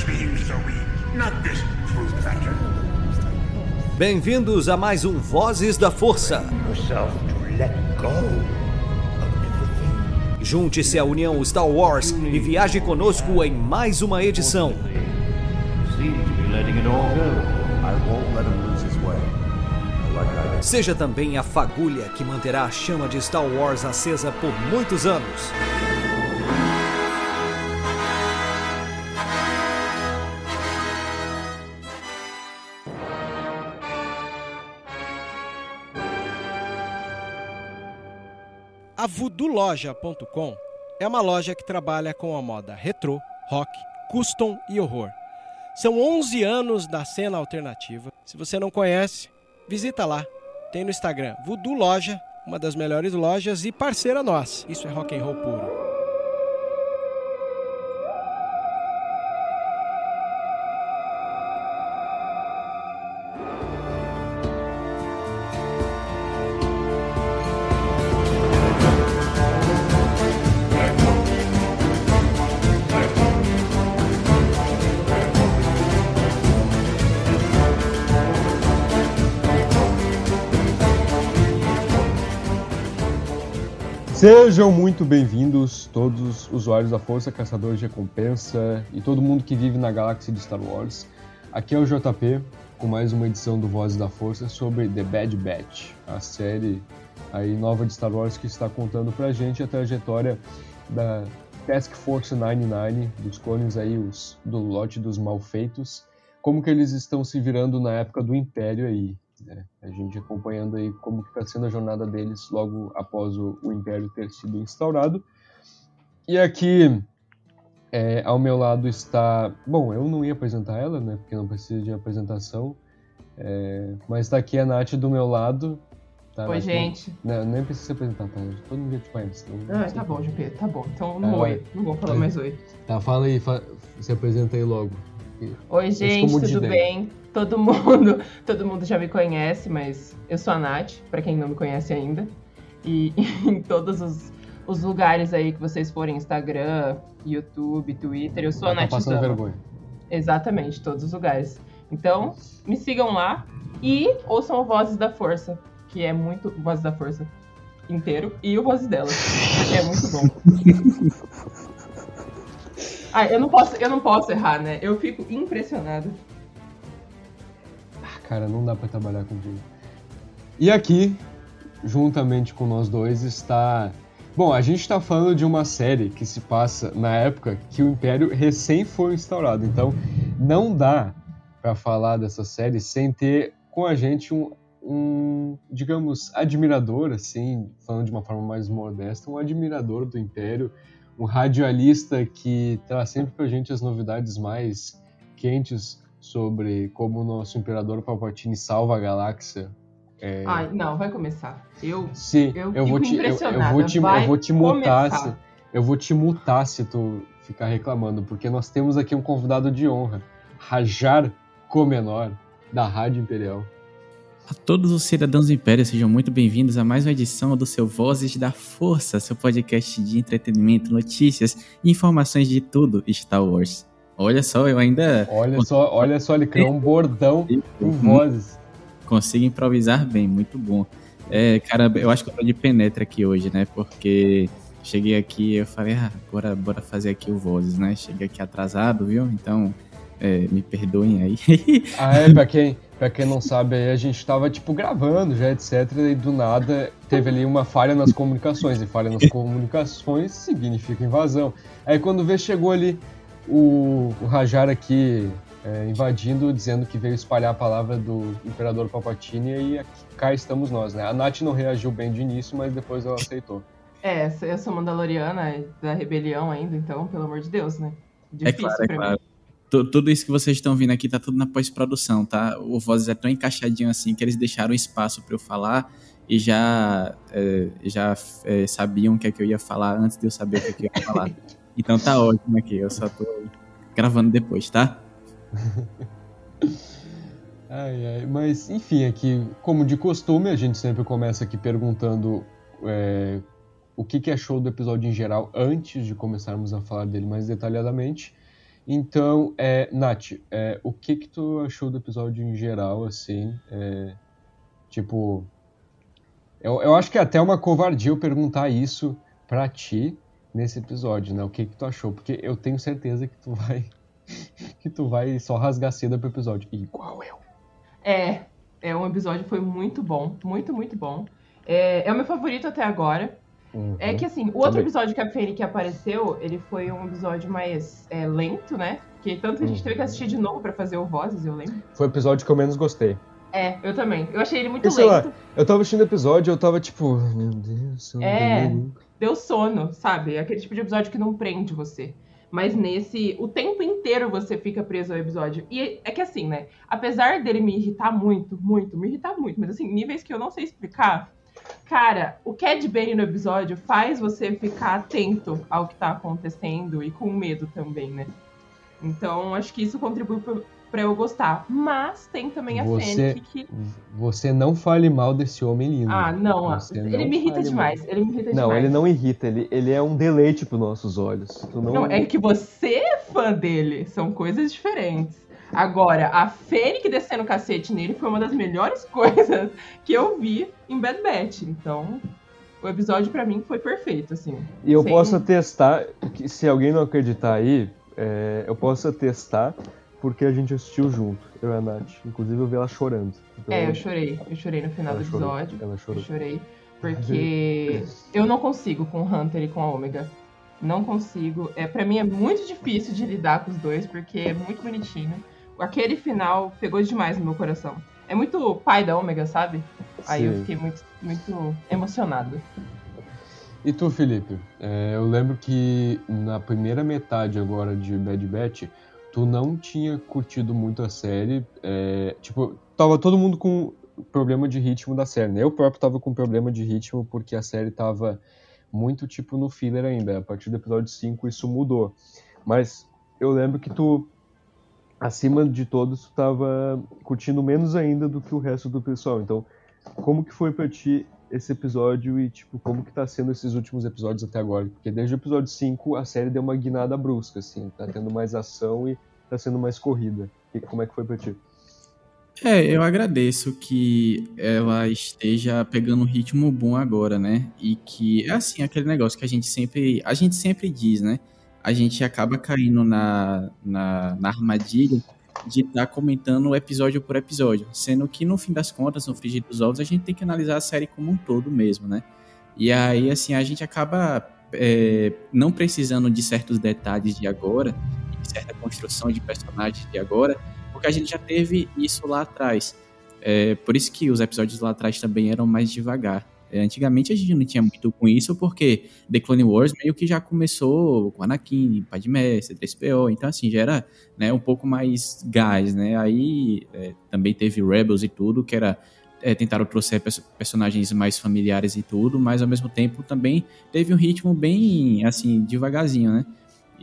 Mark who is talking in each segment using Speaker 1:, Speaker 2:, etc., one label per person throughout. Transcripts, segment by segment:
Speaker 1: Bem-vindos a mais um Vozes da Força. Junte-se à União Star Wars e viaje conosco em mais uma edição. Seja também a fagulha que manterá a chama de Star Wars acesa por muitos anos.
Speaker 2: A VoodooLoja.com é uma loja que trabalha com a moda retrô, rock, custom e horror. São 11 anos da cena alternativa. Se você não conhece, visita lá. Tem no Instagram Voodoo Loja, uma das melhores lojas e parceira nossa. Isso é rock and roll puro.
Speaker 3: Sejam muito bem-vindos todos os usuários da Força, caçadores de recompensa e todo mundo que vive na galáxia de Star Wars. Aqui é o JP com mais uma edição do Vozes da Força sobre The Bad Batch, a série aí nova de Star Wars que está contando pra gente a trajetória da Task Force 99, dos clones aí, do lote dos malfeitos, como que eles estão se virando na época do Império aí. A gente acompanhando aí como que está sendo a jornada deles logo após o Império ter sido instaurado. E aqui, ao meu lado está... Bom, eu não ia apresentar ela, né? Porque não precisa de apresentação. Mas está aqui a Nath do meu lado. Tá,
Speaker 4: Oi,
Speaker 3: Nath?
Speaker 4: gente.
Speaker 3: Não, nem precisa se apresentar, tá? Todo mundo já te conhece. Então
Speaker 4: Tá bom, GP, tá bom. Então, oi. Não vou falar mais oi.
Speaker 3: Tá, fala aí, se apresenta aí logo.
Speaker 4: Oi, gente, tudo bem? Todo mundo já me conhece, mas eu sou a Nath, pra quem não me conhece ainda. E em todos os lugares aí que vocês forem, Instagram, YouTube, Twitter, eu sou a Nath.
Speaker 3: Tá passando vergonha.
Speaker 4: Exatamente, todos os lugares. Então, me sigam lá e ouçam o Vozes da Força, que é muito Vozes da Força inteiro, e o Vozes dela, que é muito bom. Eu não posso errar, né? Eu fico impressionado.
Speaker 3: Cara, não dá pra trabalhar contigo. E aqui, juntamente com nós dois, está... Bom, a gente tá falando de uma série que se passa na época que o Império recém foi instaurado. Então, não dá pra falar dessa série sem ter com a gente um digamos, admirador, assim, falando de uma forma mais modesta, um admirador do Império, um radialista que traz sempre pra gente as novidades mais quentes sobre como o nosso Imperador Palpatine salva a galáxia.
Speaker 4: Ai, não, vai começar. Eu
Speaker 3: vou te mutar se tu ficar reclamando, porque nós temos aqui um convidado de honra, Rajar Comenor, da Rádio Imperial.
Speaker 5: A todos os cidadãos do Império, sejam muito bem-vindos a mais uma edição do seu Vozes da Força, seu podcast de entretenimento, notícias e informações de tudo Star Wars. Olha só, eu ainda...
Speaker 3: Olha só, ele criou um bordão com vozes.
Speaker 5: Consigo improvisar bem, muito bom. Cara, eu acho que eu tô de penetra aqui hoje, né? Porque cheguei aqui e eu falei, bora fazer aqui o Vozes, né? Cheguei aqui atrasado, viu? Então, me perdoem aí.
Speaker 3: Pra quem não sabe, aí a gente tava, gravando já, etc. E do nada teve ali uma falha nas comunicações. E falha nas comunicações significa invasão. Aí quando vê, chegou ali o Rajar aqui invadindo, dizendo que veio espalhar a palavra do Imperador Palpatine, e aqui, cá estamos nós, né? A Nath não reagiu bem de início, mas depois ela aceitou.
Speaker 4: Eu sou Mandaloriana, da Rebelião ainda, então, pelo amor de Deus, né? Difícil pra mim.
Speaker 5: Tudo isso que vocês estão vendo aqui tá tudo na pós-produção, tá? O Vozes é tão encaixadinho assim que eles deixaram espaço pra eu falar e já sabiam o que é que eu ia falar antes de eu saber o que é que eu ia falar. Então tá ótimo aqui, eu só tô gravando depois, tá?
Speaker 3: Mas enfim, aqui, como de costume, a gente sempre começa aqui perguntando o que achou do episódio em geral antes de começarmos a falar dele mais detalhadamente. Então, Nath, o que tu achou do episódio em geral, assim? Tipo, eu acho que é até uma covardia eu perguntar isso pra ti nesse episódio, né? O que tu achou? Porque eu tenho certeza que tu vai só rasgar seda pro episódio. Igual eu.
Speaker 4: Um episódio foi muito bom, muito, muito bom. É o meu favorito até agora.
Speaker 3: Uhum.
Speaker 4: É que assim, o outro episódio que a Fennec apareceu, ele foi um episódio mais lento, né? Que tanto que a gente teve que assistir de novo pra fazer o Vozes, eu lembro.
Speaker 3: Foi o episódio que eu menos gostei.
Speaker 4: Eu também. Eu achei ele muito lento.
Speaker 3: Sei lá, eu tava assistindo o episódio e eu tava tipo, meu Deus,
Speaker 4: deu sono, sabe? Aquele tipo de episódio que não prende você. Mas nesse, o tempo inteiro você fica preso ao episódio. E é que assim, né? Apesar dele me irritar muito, mas assim, níveis que eu não sei explicar. Cara, o Cad Bane no episódio faz você ficar atento ao que tá acontecendo e com medo também, né? Então, acho que isso contribui pra eu gostar. Mas tem também a Fennec que...
Speaker 3: Você não fale mal desse homem lindo.
Speaker 4: Não. Ele me irrita demais.
Speaker 3: Não, ele não irrita. Ele é um deleite pros nossos olhos.
Speaker 4: Não, é que você é fã dele. São coisas diferentes. Agora, a Fennec descendo o cacete nele foi uma das melhores coisas que eu vi em Bad Batch. Então, o episódio pra mim foi perfeito, assim.
Speaker 3: E eu posso atestar, que se alguém não acreditar aí, eu posso atestar porque a gente assistiu junto, eu e a Nath. Inclusive eu vi ela chorando. Então,
Speaker 4: eu chorei. Eu chorei no final do episódio.
Speaker 3: Ela chorou.
Speaker 4: Eu chorei porque eu não consigo com o Hunter e com a Omega. Não consigo. Pra mim é muito difícil de lidar com os dois, porque é muito bonitinho. Aquele final pegou demais no meu coração. É muito pai da Omega, sabe? Aí eu fiquei muito, muito emocionado.
Speaker 3: E tu, Felipe? Eu lembro que na primeira metade agora de Bad Batch, tu não tinha curtido muito a série. Tava todo mundo com problema de ritmo da série, né? Eu próprio tava com problema de ritmo porque a série tava muito, no filler ainda. A partir do episódio 5 isso mudou. Mas eu lembro que tu, acima de todos, tu tava curtindo menos ainda do que o resto do pessoal. Então, como que foi pra ti esse episódio e, como que tá sendo esses últimos episódios até agora? Porque desde o episódio 5 a série deu uma guinada brusca, assim. Tá tendo mais ação e tá sendo mais corrida. E como é que foi pra ti?
Speaker 5: Eu agradeço que ela esteja pegando um ritmo bom agora, né? E que é assim, aquele negócio que a gente sempre diz, né? A gente acaba caindo na armadilha de estar comentando episódio por episódio, sendo que no fim das contas, no frigir dos ovos, a gente tem que analisar a série como um todo mesmo, né? E aí, assim, a gente acaba não precisando de certos detalhes de agora, de certa construção de personagens de agora, porque a gente já teve isso lá atrás. Por isso que os episódios lá atrás também eram mais devagar. Antigamente a gente não tinha muito com isso, porque The Clone Wars meio que já começou com Anakin, Padmé, C-3PO, então assim, já era, né, um pouco mais gás, né? Aí também teve Rebels e tudo, que era... tentaram trouxer personagens mais familiares e tudo, mas ao mesmo tempo também teve um ritmo bem, assim, devagarzinho, né?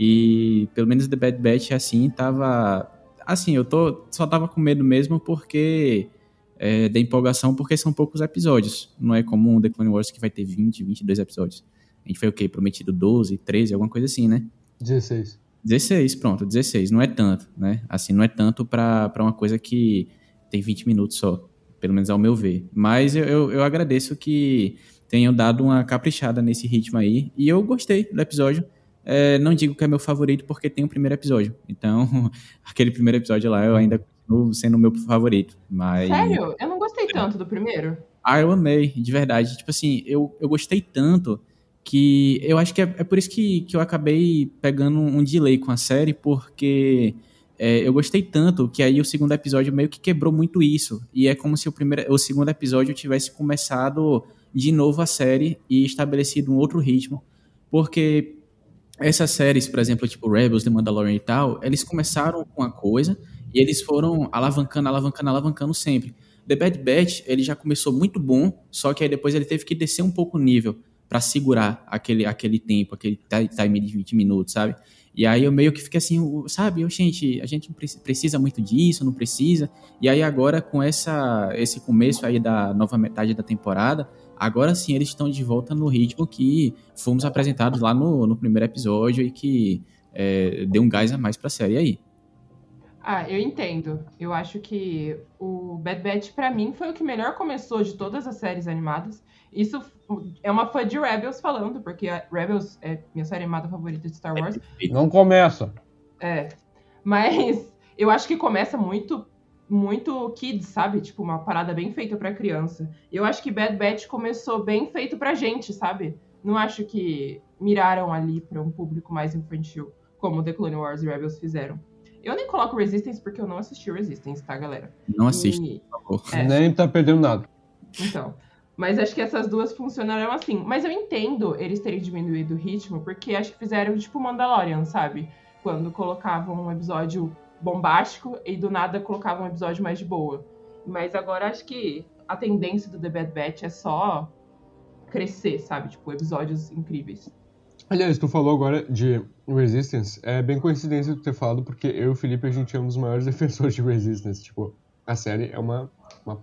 Speaker 5: E pelo menos The Bad Batch, assim, tava... Assim, só tava com medo mesmo porque... da empolgação, porque são poucos episódios. Não é como um The Clone Wars que vai ter 20, 22 episódios. A gente foi o quê? Prometido 12, 13, alguma coisa assim, né?
Speaker 3: 16.
Speaker 5: 16, pronto, 16. Não é tanto, né? Assim, não é tanto pra uma coisa que tem 20 minutos só. Pelo menos ao meu ver. Mas eu agradeço que tenham dado uma caprichada nesse ritmo aí. E eu gostei do episódio. Não digo que é meu favorito porque tem o primeiro episódio. Então, aquele primeiro episódio lá eu ainda continuo sendo o meu favorito. Mas...
Speaker 4: Sério? Eu não gostei tanto do primeiro.
Speaker 5: Eu amei, de verdade. Tipo assim, eu gostei tanto que eu acho que é por isso que eu acabei pegando um delay com a série, porque... eu gostei tanto que aí o segundo episódio meio que quebrou muito isso. E é como se o segundo episódio tivesse começado de novo a série e estabelecido um outro ritmo. Porque essas séries, por exemplo, tipo Rebels, The Mandalorian e tal, eles começaram com uma coisa e eles foram alavancando sempre. The Bad Batch, ele já começou muito bom, só que aí depois ele teve que descer um pouco o nível para segurar aquele tempo, aquele time de 20 minutos, sabe? E aí eu meio que fiquei assim, sabe, a gente precisa muito disso, não precisa. E aí agora com esse começo aí da nova metade da temporada, agora sim eles estão de volta no ritmo que fomos apresentados lá no primeiro episódio e que dê um gás a mais pra série aí.
Speaker 4: Eu entendo. Eu acho que o Bad Batch, pra mim, foi o que melhor começou de todas as séries animadas. Isso é uma fã de Rebels falando, porque a Rebels é minha série animada favorita de Star Wars.
Speaker 3: Não começa.
Speaker 4: Mas eu acho que começa muito, muito kids, sabe? Tipo, uma parada bem feita pra criança. Eu acho que Bad Batch começou bem feito pra gente, sabe? Não acho que miraram ali pra um público mais infantil, como The Clone Wars e Rebels fizeram. Eu nem coloco Resistance porque eu não assisti Resistance, tá, galera?
Speaker 5: Não assiste, por favor.
Speaker 3: Nem tá perdendo nada.
Speaker 4: Então, mas acho que essas duas funcionaram assim. Mas eu entendo eles terem diminuído o ritmo, porque acho que fizeram tipo Mandalorian, sabe? Quando colocavam um episódio bombástico e do nada colocavam um episódio mais de boa. Mas agora acho que a tendência do The Bad Batch é só crescer, sabe? Tipo, episódios incríveis.
Speaker 3: Aliás, tu falou agora de Resistance, é bem coincidência tu ter falado, porque eu e o Felipe, a gente é um dos maiores defensores de Resistance. Tipo, a série é uma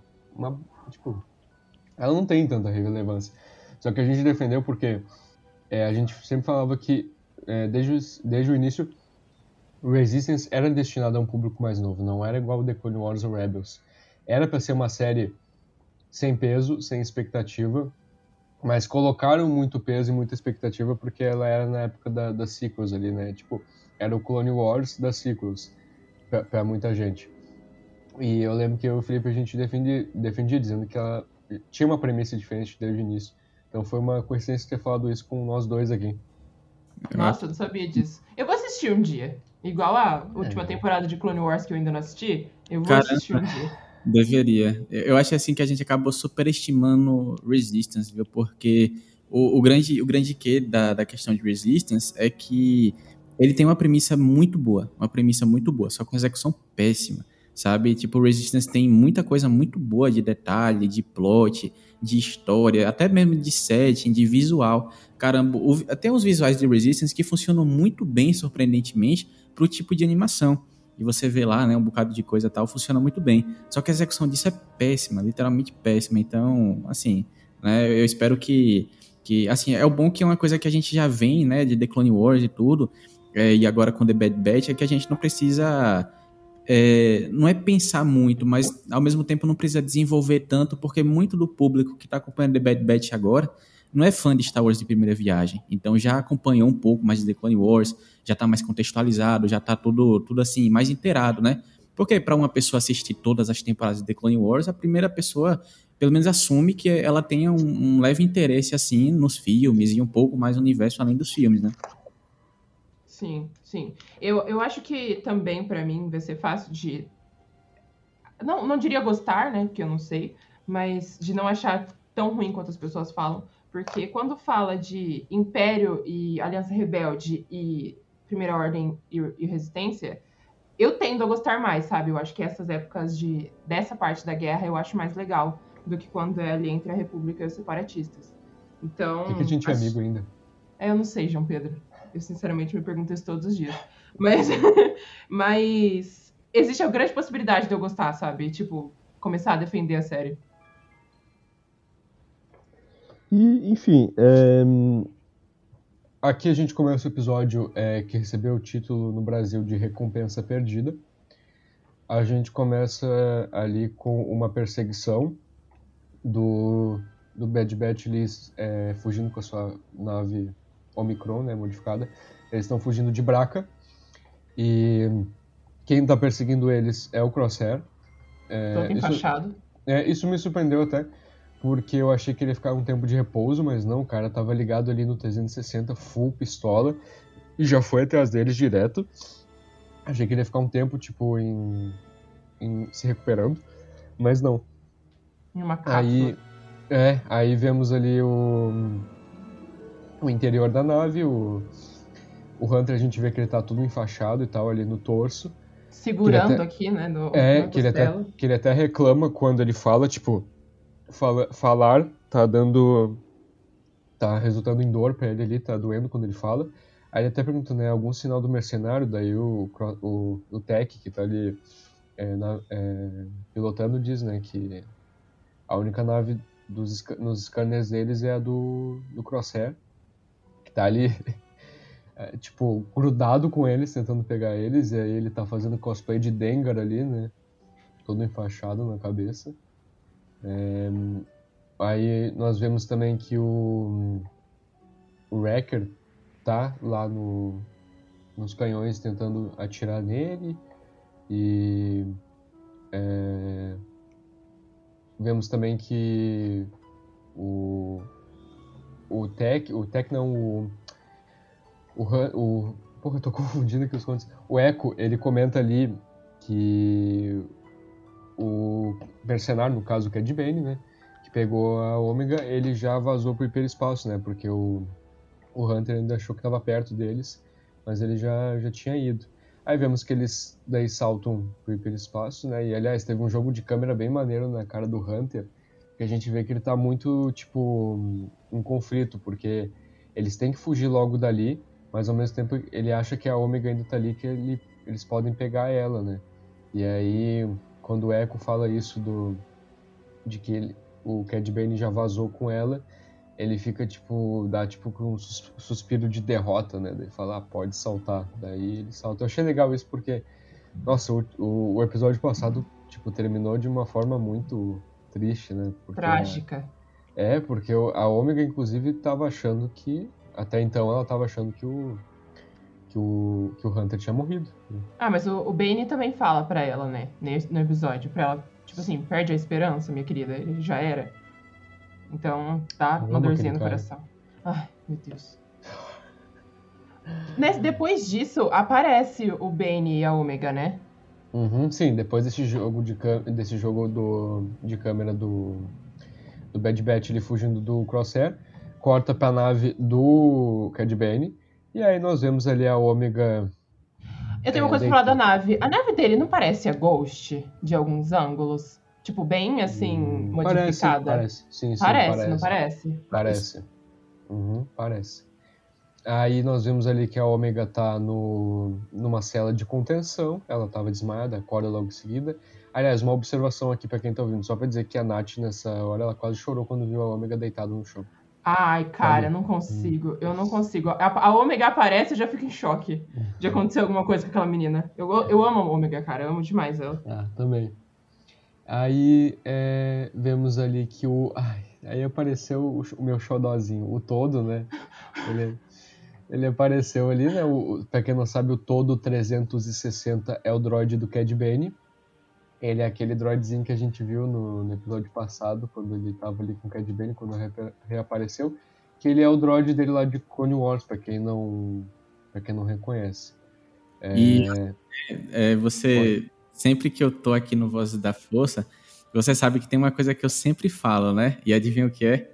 Speaker 3: tipo, ela não tem tanta relevância. Só que a gente defendeu porque a gente sempre falava que, desde o início, Resistance era destinado a um público mais novo, não era igual The Clone Wars ou Rebels. Era pra ser uma série sem peso, sem expectativa, mas colocaram muito peso e muita expectativa porque ela era na época das sequels ali, né? Tipo, era o Clone Wars das sequels pra muita gente. E eu lembro que eu e o Felipe, a gente defendia dizendo que ela tinha uma premissa diferente desde o início. Então foi uma coincidência ter falado isso com nós dois aqui.
Speaker 4: Nossa, eu não sabia disso. Eu vou assistir um dia. Igual a última temporada de Clone Wars que eu ainda não assisti. Eu vou assistir um dia.
Speaker 5: Deveria. Eu acho assim que a gente acabou superestimando Resistance, viu? Porque o grande quê da questão de Resistance é que ele tem uma premissa muito boa, só com execução péssima, sabe? Tipo, Resistance tem muita coisa muito boa de detalhe, de plot, de história, até mesmo de setting, de visual. Caramba, tem uns visuais de Resistance que funcionam muito bem, surpreendentemente, pro tipo de animação. E você vê lá, né, um bocado de coisa e tal, funciona muito bem. Só que a execução disso é péssima, literalmente péssima. Então, assim, né, eu espero que assim, é o bom que é uma coisa que a gente já vem, né, de The Clone Wars e tudo, e agora com The Bad Batch, é que a gente não precisa, não é pensar muito, mas ao mesmo tempo não precisa desenvolver tanto, porque muito do público que está acompanhando The Bad Batch agora não é fã de Star Wars de primeira viagem, então já acompanhou um pouco mais de The Clone Wars, já tá mais contextualizado, já tá tudo assim, mais inteirado, né? Porque para uma pessoa assistir todas as temporadas de The Clone Wars, a primeira pessoa, pelo menos, assume que ela tenha um leve interesse, assim, nos filmes e um pouco mais no universo além dos filmes, né?
Speaker 4: Sim, sim. Eu acho que também, para mim, vai ser fácil de... Não diria gostar, né? Porque eu não sei. Mas de não achar tão ruim quanto as pessoas falam. Porque quando fala de Império e Aliança Rebelde e Primeira Ordem e Resistência, eu tendo a gostar mais, sabe? Eu acho que essas épocas dessa parte da guerra eu acho mais legal do que quando é ali entre a República e os separatistas. Então...
Speaker 3: Por que a gente é amigo ainda?
Speaker 4: Eu não sei, João Pedro. Eu sinceramente me pergunto isso todos os dias. Mas existe a grande possibilidade de eu gostar, sabe? Tipo, começar a defender a série.
Speaker 3: E, enfim, aqui a gente começa o episódio que recebeu o título no Brasil de Recompensa Perdida. A gente começa ali com uma perseguição do Bad Batch, eles fugindo com a sua nave Omicron, né, modificada. Eles estão fugindo de Braca e quem está perseguindo eles é o Crosshair.
Speaker 4: Todo enfaixado.
Speaker 3: Isso me surpreendeu até, porque eu achei que ele ia ficar um tempo de repouso, mas não, o cara tava ligado ali no 360, full pistola, e já foi atrás deles direto. Achei que ele ia ficar um tempo, tipo, em se recuperando, mas não.
Speaker 4: Em uma cápsula.
Speaker 3: Aí vemos ali o interior da nave, o Hunter, a gente vê que ele tá tudo enfaixado e tal, ali no torso.
Speaker 4: Segurando aqui, né,
Speaker 3: que ele até reclama quando ele fala, tipo... Falar tá resultando em dor pra ele ali, tá doendo quando ele fala. Aí ele até pergunta, né, algum sinal do mercenário, daí o Tech, que tá ali pilotando, diz, né, que a única nave nos scanners deles é a do Crosshair, que tá ali tipo, grudado com eles, tentando pegar eles, e aí ele tá fazendo cosplay de Dengar ali, né? Todo enfaixado na cabeça. Aí nós vemos também que o Wrecker tá lá nos canhões tentando atirar nele. E vemos também que o Tech não, porra, eu tô confundindo aqui os contos. O Echo, ele comenta ali que o mercenário, no caso o Cad Bane, né, que pegou a Ômega, ele já vazou pro hiperespaço, né, porque o Hunter ainda achou que estava perto deles, mas ele já tinha ido. Aí vemos que eles daí saltam pro hiperespaço, né, e aliás, teve um jogo de câmera bem maneiro na cara do Hunter, que a gente vê que ele tá muito, tipo, em conflito, porque eles têm que fugir logo dali, mas ao mesmo tempo ele acha que a Ômega ainda tá ali, que eles podem pegar ela, né. E aí, quando o Echo fala isso de que o Cad Bane já vazou com ela, ele fica, tipo, dá tipo um suspiro de derrota, né? Ele fala, pode saltar. Daí ele salta. Eu achei legal isso porque, nossa, o episódio passado, tipo, terminou de uma forma muito triste, né? Porque,
Speaker 4: trágica.
Speaker 3: Porque a Ômega, inclusive, tava achando que, até então, ela tava achando que o Hunter tinha morrido.
Speaker 4: Ah, mas o Bane também fala pra ela, né? No episódio, pra ela, tipo assim, perde a esperança, minha querida, ele já era. Então, tá uma dorzinha no coração. Ai, meu Deus. Depois disso, aparece o Bane e a Ômega, né?
Speaker 3: Sim, depois desse jogo de câmera do Bad Batch, ele fugindo do Crosshair, corta pra nave do Cad Bane, e aí nós vemos ali a Ômega...
Speaker 4: Eu tenho uma coisa pra falar da nave. A nave dele não parece a Ghost, de alguns ângulos? Tipo, bem, assim, modificada?
Speaker 3: Parece. Sim,
Speaker 4: parece, não parece?
Speaker 3: Parece. Parece. Aí nós vemos ali que a Ômega tá numa cela de contenção. Ela tava desmaiada, acorda logo em seguida. Aliás, uma observação aqui pra quem tá ouvindo. Só pra dizer que a Nath, nessa hora, ela quase chorou quando viu a Ômega deitada no chão.
Speaker 4: Ai, cara, eu não consigo. Eu não consigo. A Ômega aparece e eu já fico em choque de acontecer alguma coisa com aquela menina. Eu amo a Ômega, cara. Eu amo demais ela.
Speaker 3: Também. Aí vemos ali que aí apareceu o meu xodózinho, o Todo, né? Ele apareceu ali, né? Pra quem não sabe, o Todo 360 é o droid do Cad Bane. Ele é aquele droidzinho que a gente viu no episódio passado, quando ele tava ali com o Cad Bane, quando reapareceu. Que ele é o droid dele lá de Clone Wars, pra quem não reconhece.
Speaker 5: Você... Sempre que eu tô aqui no Vozes da Força, você sabe que tem uma coisa que eu sempre falo, né? E adivinha o que é?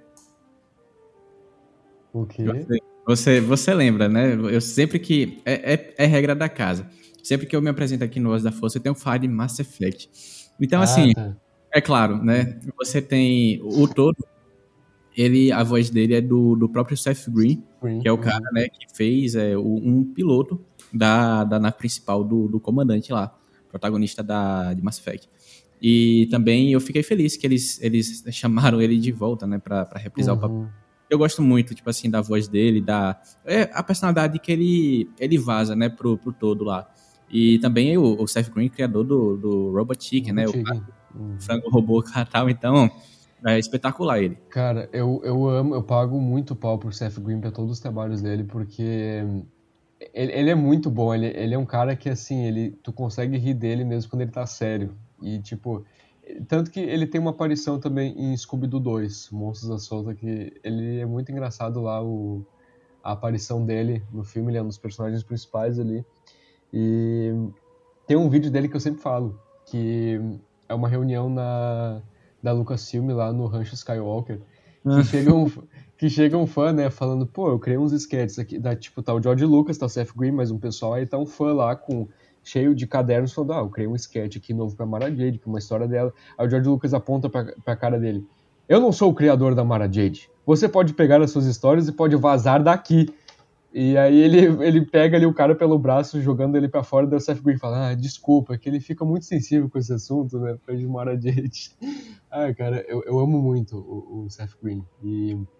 Speaker 3: O quê?
Speaker 5: Você lembra, né? Eu sempre que... É regra da casa. Sempre que eu me apresento aqui no Vozes da Força, eu tenho que falar de Mass Effect. Então, tá. É claro, né? Você tem o Todo, a voz dele é do próprio Seth Green, que é o cara, né, que fez um piloto da nave principal do comandante lá, protagonista de Mass Effect. E também eu fiquei feliz que eles chamaram ele de volta, né, pra reprisar o papel. Eu gosto muito, tipo assim, da voz dele, a personalidade que ele vaza, né, pro Todo lá. E também o Seth Green, criador do Robot Chicken, né, o frango robô e tal, então é espetacular ele.
Speaker 3: Cara, eu pago muito pau pro Seth Green pra todos os trabalhos dele, porque... Ele é muito bom, ele é um cara que, assim, tu consegue rir dele mesmo quando ele tá sério. E, tipo, tanto que ele tem uma aparição também em Scooby-Doo 2, Monstros da Solta, que ele é muito engraçado lá, a aparição dele no filme, ele é um dos personagens principais ali. E tem um vídeo dele que eu sempre falo, que é uma reunião da Lucasfilm lá no Rancho Skywalker, que chega um fã, né, falando, eu criei uns sketches aqui, tipo, tá o George Lucas, tá o Seth Green, mais um pessoal, aí tá um fã lá cheio de cadernos falando, eu criei um sketch aqui novo pra Mara Jade, que é uma história dela. Aí o George Lucas aponta pra cara dele, eu não sou o criador da Mara Jade, você pode pegar as suas histórias e pode vazar daqui. E aí ele pega ali o cara pelo braço, jogando ele pra fora, daí o Seth Green fala, desculpa, que ele fica muito sensível com esse assunto, né, depois de Mara Jade. Cara, eu amo muito o Seth Green. E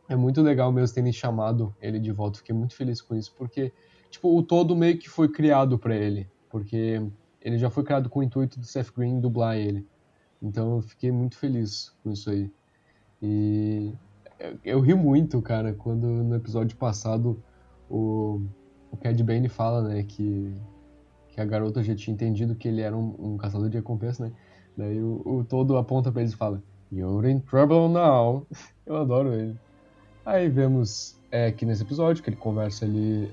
Speaker 3: é muito legal mesmo terem chamado ele de volta. Fiquei muito feliz com isso, porque tipo, o todo meio que foi criado pra ele, porque ele já foi criado com o intuito do Seth Green dublar ele. Então eu fiquei muito feliz com isso aí. E eu ri muito, cara, quando no episódio passado o Cad Bane fala, né, que a garota já tinha entendido que ele era um caçador de recompensa, né? Daí o todo aponta pra eles e fala, "You're in trouble now." Eu adoro ele. Aí vemos aqui nesse episódio que ele conversa ali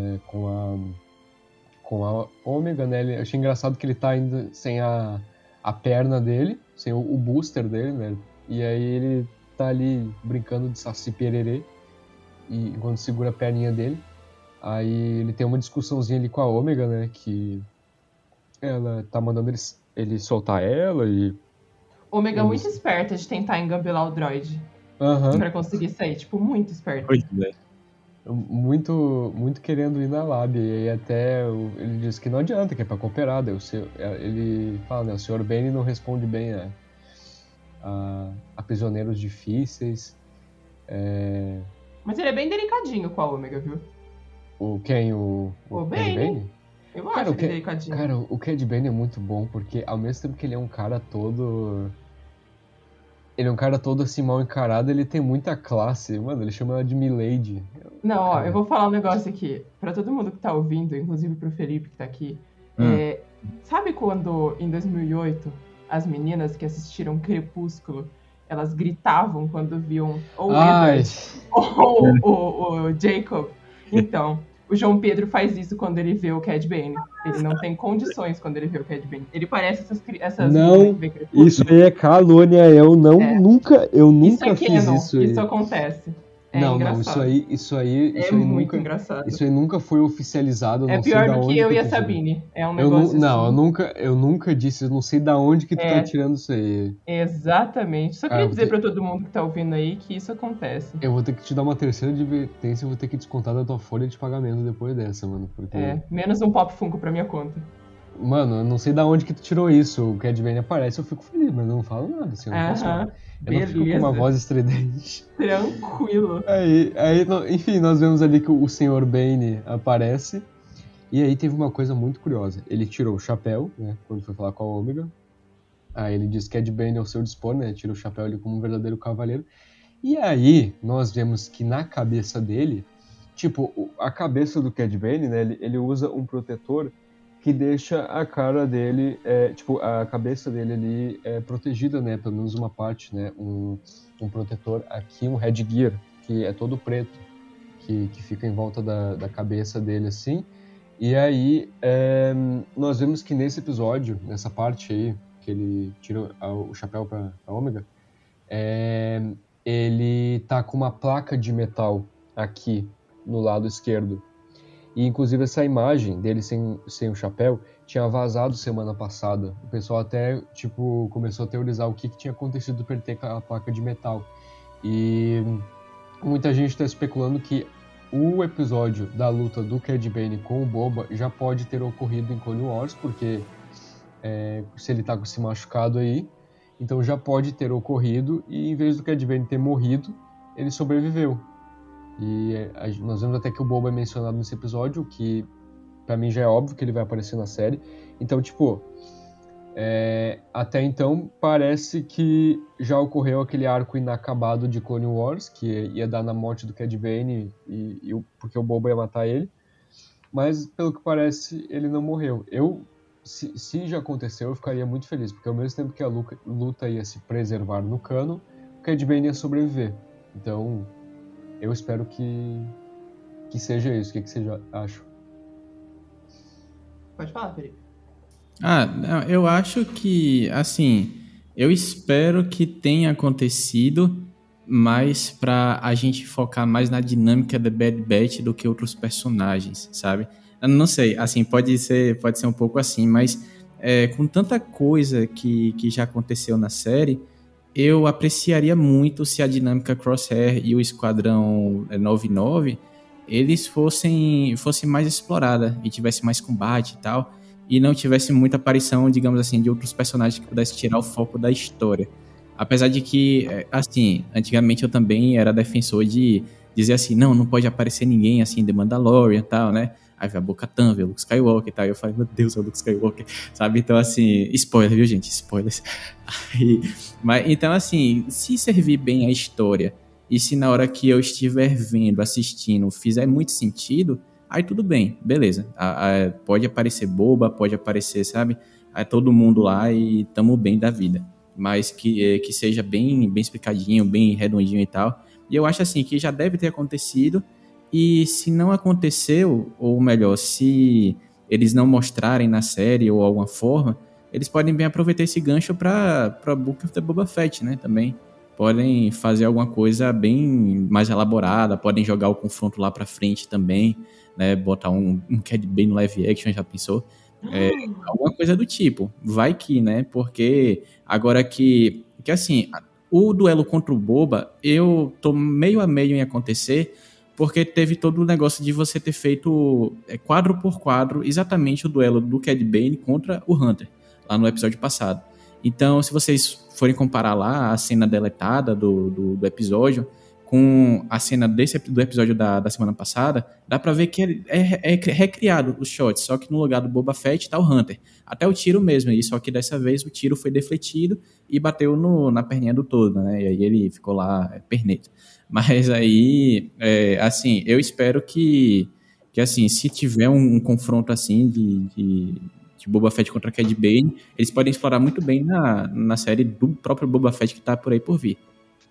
Speaker 3: com a Ômega, né? Achei engraçado que ele tá ainda sem a perna dele, sem o booster dele, né? E aí ele tá ali brincando de Saci Pererê, e enquanto segura a perninha dele. Aí ele tem uma discussãozinha ali com a Ômega, né? Que ela tá mandando ele soltar ela e...
Speaker 4: Ômega muito esperta de tentar engambelar o droid. Pra conseguir sair, tipo, muito esperta.
Speaker 3: Muito, muito querendo ir na lab. E aí até ele diz que não adianta, que é pra cooperar. Daí ele fala, né? O Sr. Bane não responde bem a prisioneiros difíceis.
Speaker 4: Mas ele é bem delicadinho com a Ômega, viu?
Speaker 3: O Bane?
Speaker 4: Eu acho ele delicadinho.
Speaker 3: Cara, o Cad Bane é muito bom, porque ao mesmo tempo que ele é um cara todo... Ele é um cara todo assim, mal encarado, ele tem muita classe. Mano, ele chama ela de Milady.
Speaker 4: Não, ó, eu vou falar um negócio aqui. Pra todo mundo que tá ouvindo, inclusive pro Felipe que tá aqui. Sabe quando, em 2008, as meninas que assistiram Crepúsculo, elas gritavam quando viam ou o Edward ou o Jacob? Então, o João Pedro faz isso quando ele vê o Cad Bane. Ele não tem condições quando ele vê o Cad Bane. Ele parece essas
Speaker 3: não, isso aí é calúnia. Eu nunca fiz isso aí.
Speaker 4: Isso acontece.
Speaker 3: Não, isso aí
Speaker 4: muito engraçado.
Speaker 3: Isso aí nunca foi oficializado.
Speaker 4: É pior do que eu e a Sabine. É um negócio
Speaker 3: eu nunca disse. Eu não sei da onde que tu tá tirando isso aí.
Speaker 4: Exatamente. Só queria dizer pra todo mundo que tá ouvindo aí que isso acontece.
Speaker 3: Eu vou ter que te dar uma terceira advertência. Eu vou ter que descontar da tua folha de pagamento depois dessa, mano. Porque...
Speaker 4: menos um Pop Funko pra minha conta.
Speaker 3: Mano, eu não sei da onde que tu tirou isso. O Cad Bane aparece, eu fico feliz, mas não falo nada, assim, eu não posso falar. Eu não fico com uma voz estridente.
Speaker 4: Tranquilo.
Speaker 3: Enfim, nós vemos ali que o Sr. Bane aparece. E aí teve uma coisa muito curiosa. Ele tirou o chapéu, né, quando foi falar com a Ômega. Aí ele diz que Cad Bane ao seu dispor, né, tira o chapéu ali como um verdadeiro cavaleiro. E aí nós vemos que na cabeça dele, tipo, a cabeça do Cad Bane, né, ele usa um protetor que deixa a cara dele, a cabeça dele ali protegida, né, pelo menos uma parte, né, um protetor aqui, um headgear, que é todo preto, que fica em volta da cabeça dele, assim. E aí, nós vemos que nesse episódio, nessa parte aí, que ele tira o chapéu pra Ômega, ele tá com uma placa de metal aqui, no lado esquerdo. E, inclusive, essa imagem dele sem o chapéu tinha vazado semana passada. O pessoal até, começou a teorizar o que tinha acontecido para ele ter aquela placa de metal. E muita gente está especulando que o episódio da luta do Cad Bane com o Boba já pode ter ocorrido em Clone Wars, porque se ele tá com esse machucado aí, então já pode ter ocorrido, e em vez do Cad Bane ter morrido, ele sobreviveu. E nós vemos até que o Boba é mencionado nesse episódio, que pra mim já é óbvio que ele vai aparecer na série. Então, até então parece que já ocorreu aquele arco inacabado de Clone Wars, que ia dar na morte do Cad Bane, porque o Boba ia matar ele. Mas, pelo que parece, ele não morreu. Se já aconteceu, eu ficaria muito feliz, porque ao mesmo tempo que a luta ia se preservar no cano, o Cad Bane ia sobreviver. Então... eu espero que seja isso. O que vocês acham?
Speaker 4: Pode falar, Felipe.
Speaker 5: Eu acho que, assim, eu espero que tenha acontecido, mas pra a gente focar mais na dinâmica da Bad Batch do que outros personagens, sabe? Eu não sei, assim, pode ser um pouco assim, mas com tanta coisa que já aconteceu na série, eu apreciaria muito se a dinâmica Crosshair e o Esquadrão 99 eles fossem mais explorada e tivesse mais combate e tal, e não tivesse muita aparição, digamos assim, de outros personagens que pudessem tirar o foco da história. Apesar de que, assim, antigamente eu também era defensor de dizer assim, não pode aparecer ninguém, assim, The Mandalorian e tal, né? Aí vê a Bo-Katan, vê o Luke Skywalker e tal, e eu falei, meu Deus, é o Luke Skywalker, sabe? Então, assim, spoiler, viu, gente? Spoilers. Então, assim, se servir bem a história, e se na hora que eu estiver vendo, assistindo, fizer muito sentido, aí tudo bem, beleza. Pode aparecer Boba, pode aparecer, sabe? Aí todo mundo lá e tamo bem da vida. Mas que seja bem explicadinho, bem redondinho e tal. E eu acho assim que já deve ter acontecido. E se não aconteceu, ou melhor, se eles não mostrarem na série ou alguma forma, eles podem bem aproveitar esse gancho para Book of the Boba Fett, né? Também podem fazer alguma coisa bem mais elaborada, podem jogar o confronto lá para frente também, né? Botar um Cad Bane no live action, já pensou? Alguma coisa do tipo. Vai que, né? Porque agora que assim, o duelo contra o Boba, eu tô meio a meio em acontecer, porque teve todo o negócio de você ter feito quadro por quadro exatamente o duelo do Cad Bane contra o Hunter, lá no episódio passado. Então, se vocês forem comparar lá a cena deletada do episódio com a cena do episódio da semana passada, dá pra ver que é recriado os shots, só que no lugar do Boba Fett tá o Hunter. Até o tiro mesmo, só que dessa vez o tiro foi defletido e bateu na perninha do todo, né? E aí ele ficou lá perneta. Mas aí, assim, eu espero que assim, se tiver um confronto assim de Boba Fett contra Cad Bane, eles podem explorar muito bem na série do próprio Boba Fett que tá por aí por vir.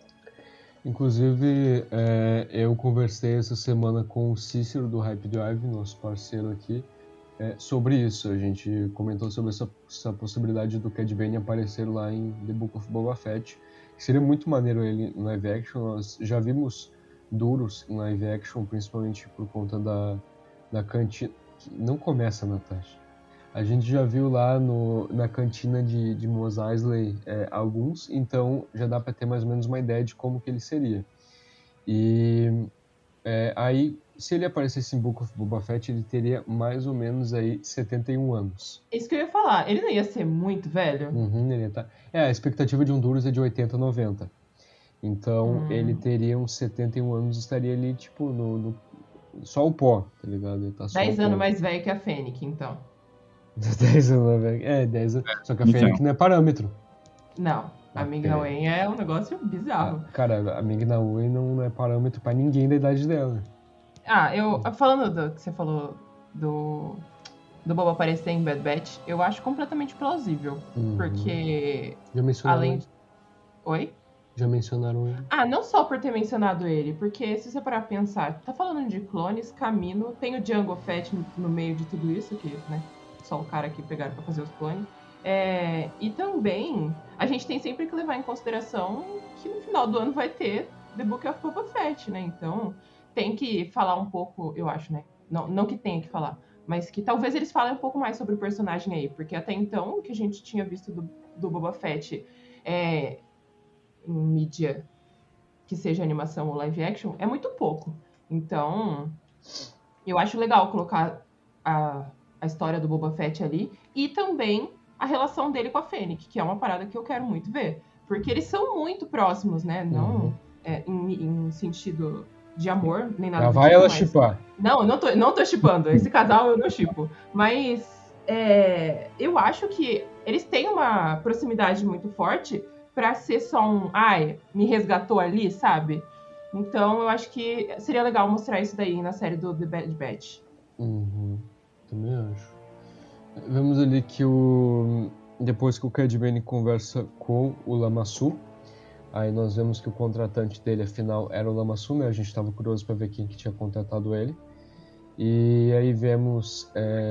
Speaker 3: Inclusive, eu conversei essa semana com o Cícero do Hype Drive, nosso parceiro aqui, sobre isso. A gente comentou sobre essa possibilidade do Cad Bane aparecer lá em The Book of Boba Fett. Seria muito maneiro ele em live action. Nós já vimos Duros em live action, principalmente por conta da cantina. Não começa, Natasha. A gente já viu lá na cantina de Mos Eisley alguns, então já dá para ter mais ou menos uma ideia de como que ele seria. E aí, se ele aparecesse em Book of Boba Fett, ele teria mais ou menos aí 71 anos.
Speaker 4: Isso que eu ia falar, ele não ia ser muito velho?
Speaker 3: Ele ia tá... a expectativa de um Duros é de 80 a 90. Então, ele teria uns 71 anos, estaria ali, tipo, só o pó, tá ligado? Ele tá
Speaker 4: 10 anos mais velho que a Fennec, então.
Speaker 3: 10 anos, velho. 10 anos. Só que a Fennec não é parâmetro.
Speaker 4: Não, a Ming-Na Wen é um negócio bizarro.
Speaker 3: Cara, a Ming-Na Wen não é parâmetro pra ninguém da idade dela.
Speaker 4: Falando do que você falou do Boba aparecer em Bad Batch, eu acho completamente plausível. Porque,
Speaker 3: já mencionaram
Speaker 4: Oi?
Speaker 3: Já mencionaram ele.
Speaker 4: Não só por ter mencionado ele, porque se você parar pra pensar, tá falando de clones, Camino, tem o Jango Fett no meio de tudo isso, que, né, só o cara que pegaram pra fazer os clones. E também, a gente tem sempre que levar em consideração que no final do ano vai ter The Book of Boba Fett, né? Então, tem que falar um pouco, eu acho, né? Não que tenha que falar, mas que talvez eles falem um pouco mais sobre o personagem aí, porque até então, o que a gente tinha visto do Boba Fett em mídia que seja animação ou live action, é muito pouco. Então, eu acho legal colocar a história do Boba Fett ali e também a relação dele com a Fennec, que é uma parada que eu quero muito ver. Porque eles são muito próximos, né? Não em sentido de amor, nem nada.
Speaker 3: Já vai ela shippar.
Speaker 4: Não tô shippando. Esse casal eu não shippo. Mas eu acho que eles têm uma proximidade muito forte pra ser só me resgatou ali, sabe? Então eu acho que seria legal mostrar isso daí na série do The Bad Batch.
Speaker 3: Também acho. Vemos ali que depois que o Cad Bane conversa com o Lama Su, aí nós vemos que o contratante dele, afinal, era o Lama Su, né? A gente estava curioso para ver quem que tinha contratado ele. E aí vemos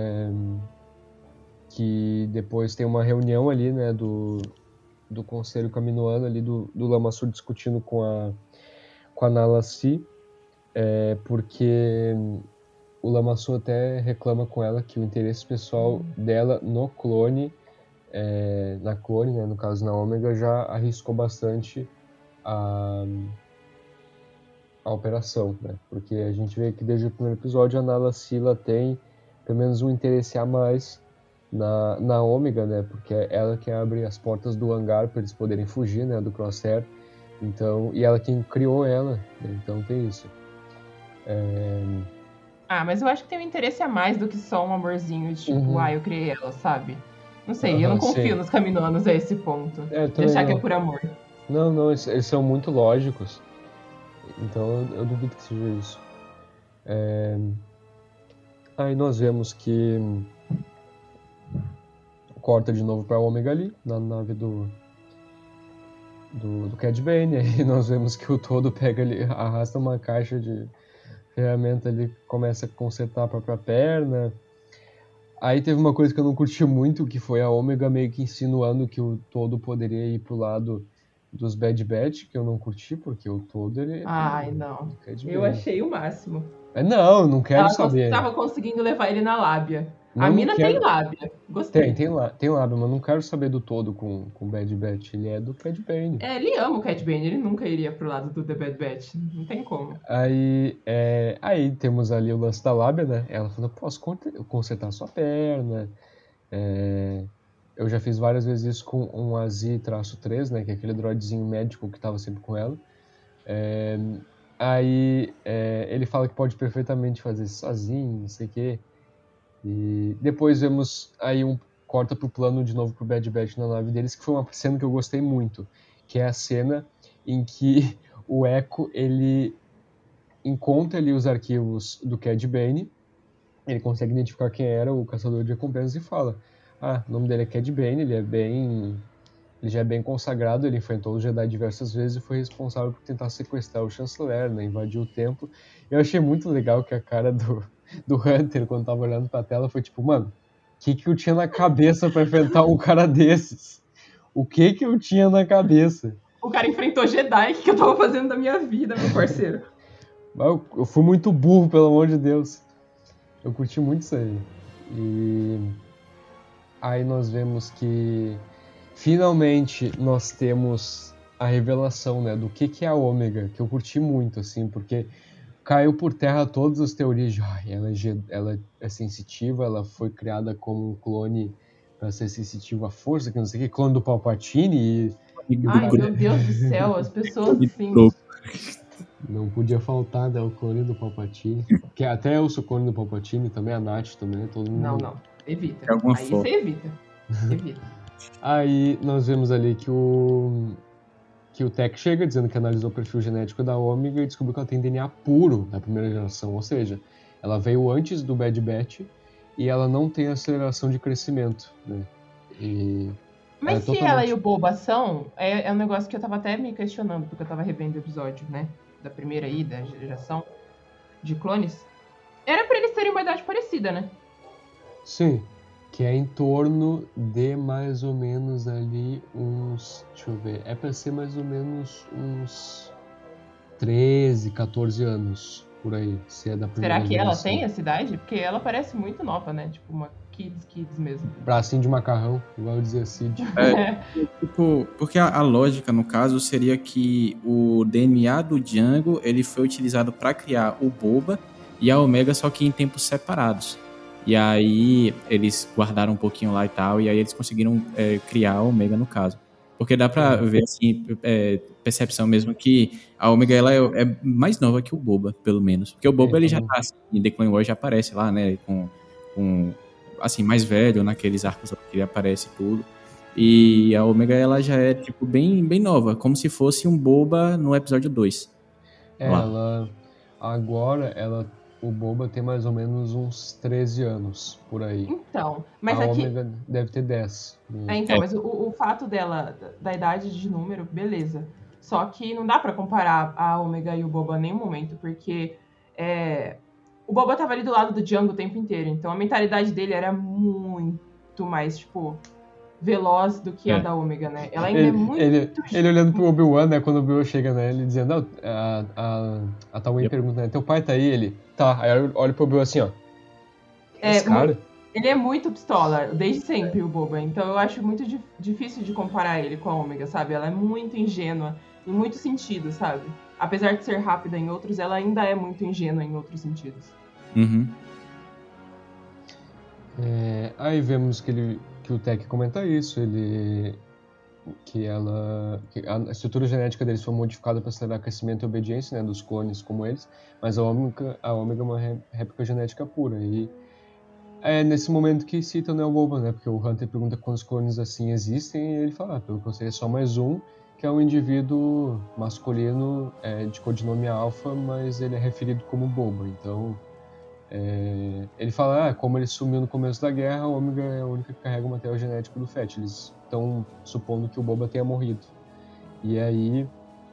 Speaker 3: que depois tem uma reunião ali, né, do Conselho Kaminoano ali, do Lama Su discutindo com a Nala Si, porque o Lama Su até reclama com ela que o interesse pessoal dela no clone, na clone, né, no caso na Ômega, já arriscou bastante a operação, né? Porque a gente vê que desde o primeiro episódio a Nala Si tem pelo menos um interesse a mais na Ômega, né? Porque é ela que abre as portas do hangar para eles poderem fugir, né? Do Crosshair. Então, e ela quem criou ela, né? Então tem isso.
Speaker 4: Mas eu acho que tem um interesse a mais do que só um amorzinho de tipo, eu criei ela, sabe? Não sei, eu não confio nos Kaminoanos a esse ponto. De achar que é por amor.
Speaker 3: Não, eles são muito lógicos. Então eu duvido que seja isso. Aí nós vemos que corta de novo pra Ômega ali, na nave do Cad Bane. Aí nós vemos que o Todo pega ali, arrasta uma caixa de ferramenta ali, começa a consertar a própria perna. Aí teve uma coisa que eu não curti muito, que foi a Ômega meio que insinuando que o Todo poderia ir pro lado dos Bad Batch, que eu não curti, porque o Todo ele...
Speaker 4: não. Eu achei o máximo.
Speaker 3: Não quero saber.
Speaker 4: Ela tava conseguindo levar ele na lábia. A mina tem lábia. Gostei.
Speaker 3: Tem lábia, mas não quero saber do Todo com o Bad Batch. Ele é do Cad Bane.
Speaker 4: Ele ama o Cad Bane. Ele nunca iria pro lado do The Bad Batch. Não tem como.
Speaker 3: Aí temos ali o lance da lábia, né? Ela falou, posso consertar sua perna. Eu já fiz várias vezes isso com um AZ-3, né? Que é aquele droidzinho médico que tava sempre com ela. Aí ele fala que pode perfeitamente fazer isso sozinho, não sei o quê. E depois vemos aí corta pro plano de novo pro Bad Batch na nave deles, que foi uma cena que eu gostei muito, que é a cena em que o Echo, ele encontra ali os arquivos do Cad Bane, ele consegue identificar quem era o caçador de recompensas e fala, o nome dele é Cad Bane, ele já é bem consagrado, ele enfrentou os Jedi diversas vezes e foi responsável por tentar sequestrar o chanceler, né, invadir o templo. Eu achei muito legal que a cara do Hunter, quando tava olhando pra tela, foi tipo, mano, o que eu tinha na cabeça pra enfrentar um cara desses? O que eu tinha na cabeça?
Speaker 4: O cara enfrentou Jedi, o que eu tava fazendo da minha vida, meu parceiro?
Speaker 3: Eu fui muito burro, pelo amor de Deus. Eu curti muito isso aí. E aí nós vemos que finalmente nós temos a revelação, né, do que é a Ômega, que eu curti muito, assim, porque caiu por terra todas as teorias de ela é sensitiva, ela foi criada como um clone para ser sensitiva à força, que não sei o que, clone do Palpatine
Speaker 4: meu Deus do céu, as pessoas assim...
Speaker 3: Não podia faltar, né, o clone do Palpatine, que até eu sou clone do Palpatine, também a Nath também, todo mundo...
Speaker 4: Não, evita, aí você evita.
Speaker 3: Aí nós vemos ali que o Tech chega dizendo que analisou o perfil genético da Ômega e descobriu que ela tem DNA puro da primeira geração, ou seja, ela veio antes do Bad Batch e ela não tem aceleração de crescimento, né?
Speaker 4: Mas se ela e o Boba são, é um negócio que eu tava até me questionando, porque eu tava revendo o episódio, né, da primeira aí, da geração de clones, era pra eles terem uma idade parecida, né?
Speaker 3: Sim. Que é em torno de mais ou menos ali uns... Deixa eu ver. É pra ser mais ou menos uns 13, 14 anos, por aí. Se é da primeira
Speaker 4: Será que
Speaker 3: geração.
Speaker 4: Ela tem essa idade? Porque ela parece muito nova, né? Tipo uma kids mesmo.
Speaker 3: Bracinho de macarrão, igual dizia Cid.
Speaker 5: Porque a lógica, no caso, seria que o DNA do Django, ele foi utilizado pra criar o Boba e a Omega, só que em tempos separados. E aí eles guardaram um pouquinho lá e tal, e aí eles conseguiram criar a Omega no caso. Porque dá pra ver, assim, percepção mesmo que a Omega ela é mais nova que o Boba, pelo menos. Porque o Boba ele já tá, assim, em The Clone Wars já aparece lá, né, com assim, mais velho, naqueles arcos que ele aparece e tudo. E a Omega ela já é, tipo, bem nova, como se fosse um Boba no episódio 2.
Speaker 3: O Boba tem mais ou menos uns 13 anos, por aí.
Speaker 4: Então, mas
Speaker 3: a Ômega deve ter 10.
Speaker 4: Mas o fato dela, da idade de número, beleza. Só que não dá pra comparar a Ômega e o Boba em nenhum momento, porque o Boba tava ali do lado do Django o tempo inteiro, então a mentalidade dele era muito mais, tipo, veloz do que a da Ômega, né? Ela ainda é muito...
Speaker 3: Ele olhando pro Obi-Wan, né, quando o Obi-Wan chega, né, ele dizendo, a Tawin pergunta, né, teu pai tá aí? Ele, tá, aí olha pro Obi-Wan assim, ó. Esse cara...
Speaker 4: Ele é muito pistola, desde sempre, o Boba, então eu acho muito difícil de comparar ele com a Ômega, sabe? Ela é muito ingênua em muitos sentidos, sabe? Apesar de ser rápida em outros, ela ainda é muito ingênua em outros sentidos.
Speaker 5: Uhum.
Speaker 3: Aí vemos que o Tech comenta isso, que a estrutura genética deles foi modificada para acelerar o crescimento e obediência, né, dos clones como eles, mas a Ômega é uma réplica genética pura. E é nesse momento que cita, né, o Boba, né, porque o Hunter pergunta quantos clones assim existem, e ele fala, pelo que eu sei é só mais um, que é um indivíduo masculino de codinome Alpha, mas ele é referido como Boba. Então, ele fala, como ele sumiu no começo da guerra, a Ômega é a única que carrega o material genético do Fett. Eles estão supondo que o Boba tenha morrido. E aí,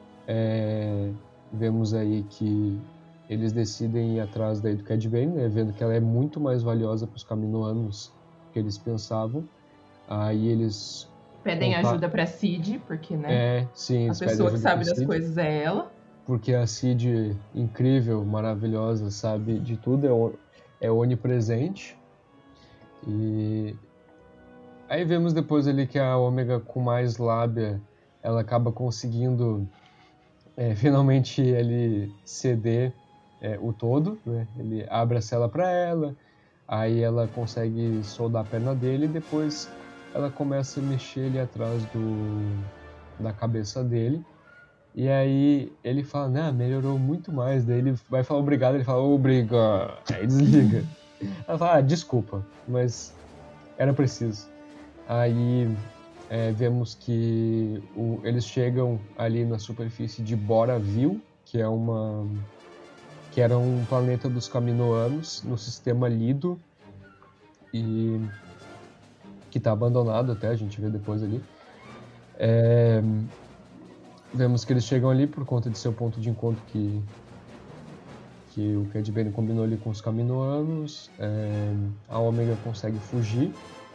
Speaker 3: vemos aí que eles decidem ir atrás daí do Cad Bane, né, vendo que ela é muito mais valiosa para os Kaminoanos do que eles pensavam. Aí eles
Speaker 4: pedem ajuda pra Cid, porque, né?
Speaker 3: Sim,
Speaker 4: a pessoa que sabe das coisas é ela.
Speaker 3: Porque a Cid, incrível, maravilhosa, sabe de tudo, é onipresente. E aí vemos depois ali que a Ômega, com mais lábia, ela acaba conseguindo finalmente ele ceder o todo, né? Ele abre a cela para ela, aí ela consegue soldar a perna dele e depois ela começa a mexer ali atrás da cabeça dele. E aí ele fala, melhorou muito mais. Daí ele vai falar obrigado, ele fala, obrigado. Aí desliga. Ela fala, desculpa, mas era preciso. Aí vemos que eles chegam ali na superfície de Boraville, que era um planeta dos Kaminoanos no sistema Lido, e que está abandonado até, a gente vê depois ali. Vemos que eles chegam ali por conta de seu ponto de encontro que o Cad Bane combinou ali com os Kaminoanos. A Ômega consegue fugir.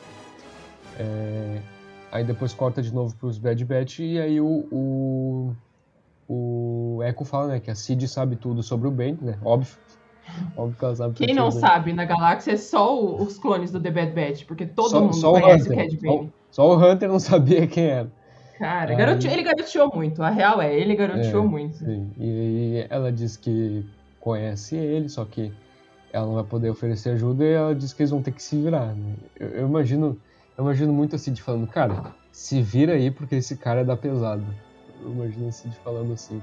Speaker 3: Aí depois corta de novo para os Bad Batch e aí o Echo fala, né, que a Cid sabe tudo sobre o Bane, né? Óbvio que ela sabe tudo.
Speaker 4: Quem não sabe na galáxia é só os clones do The Bad Batch, porque todo mundo conhece o Cad Bane.
Speaker 3: Só o Hunter não sabia quem era.
Speaker 4: Cara, ele garoteou muito. A real ele garoteou muito.
Speaker 3: Sim. E ela diz que conhece ele, só que ela não vai poder oferecer ajuda e ela diz que eles vão ter que se virar. Né? Eu imagino muito a Cid falando, cara, se vira aí porque esse cara é da pesada. Eu imagino a Cid falando assim.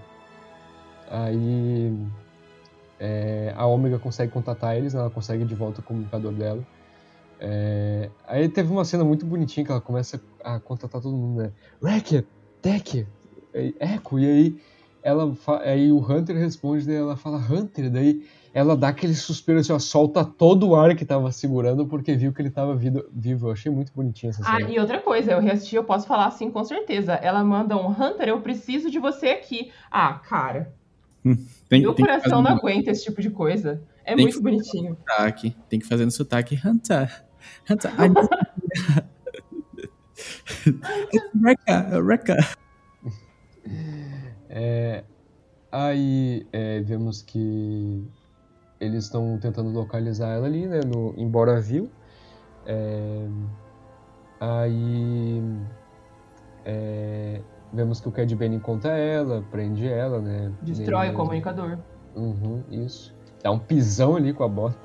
Speaker 3: Aí a Ômega consegue contatar eles, né? Ela consegue de volta o comunicador dela. Aí teve uma cena muito bonitinha que ela começa a contatar todo mundo, né? Wrecker, Tech, Echo, e aí o Hunter responde, daí ela fala Hunter, daí ela dá aquele suspiro assim, solta todo o ar que tava segurando porque viu que ele tava vivo. Eu achei muito bonitinha essa cena.
Speaker 4: E outra coisa, eu reassisti, eu posso falar assim com certeza. Ela manda um Hunter, eu preciso de você aqui. Cara, meu coração não aguenta esse tipo de coisa. É muito bonitinho.
Speaker 5: Tem que fazer no sotaque Hunter. Wrecker.
Speaker 3: Aí vemos que eles estão tentando localizar ela ali, né, em Boraville. Aí vemos que o Cad Bane encontra ela, prende ela, né?
Speaker 4: Destrói o comunicador.
Speaker 3: Isso. Dá um pisão ali com a bota.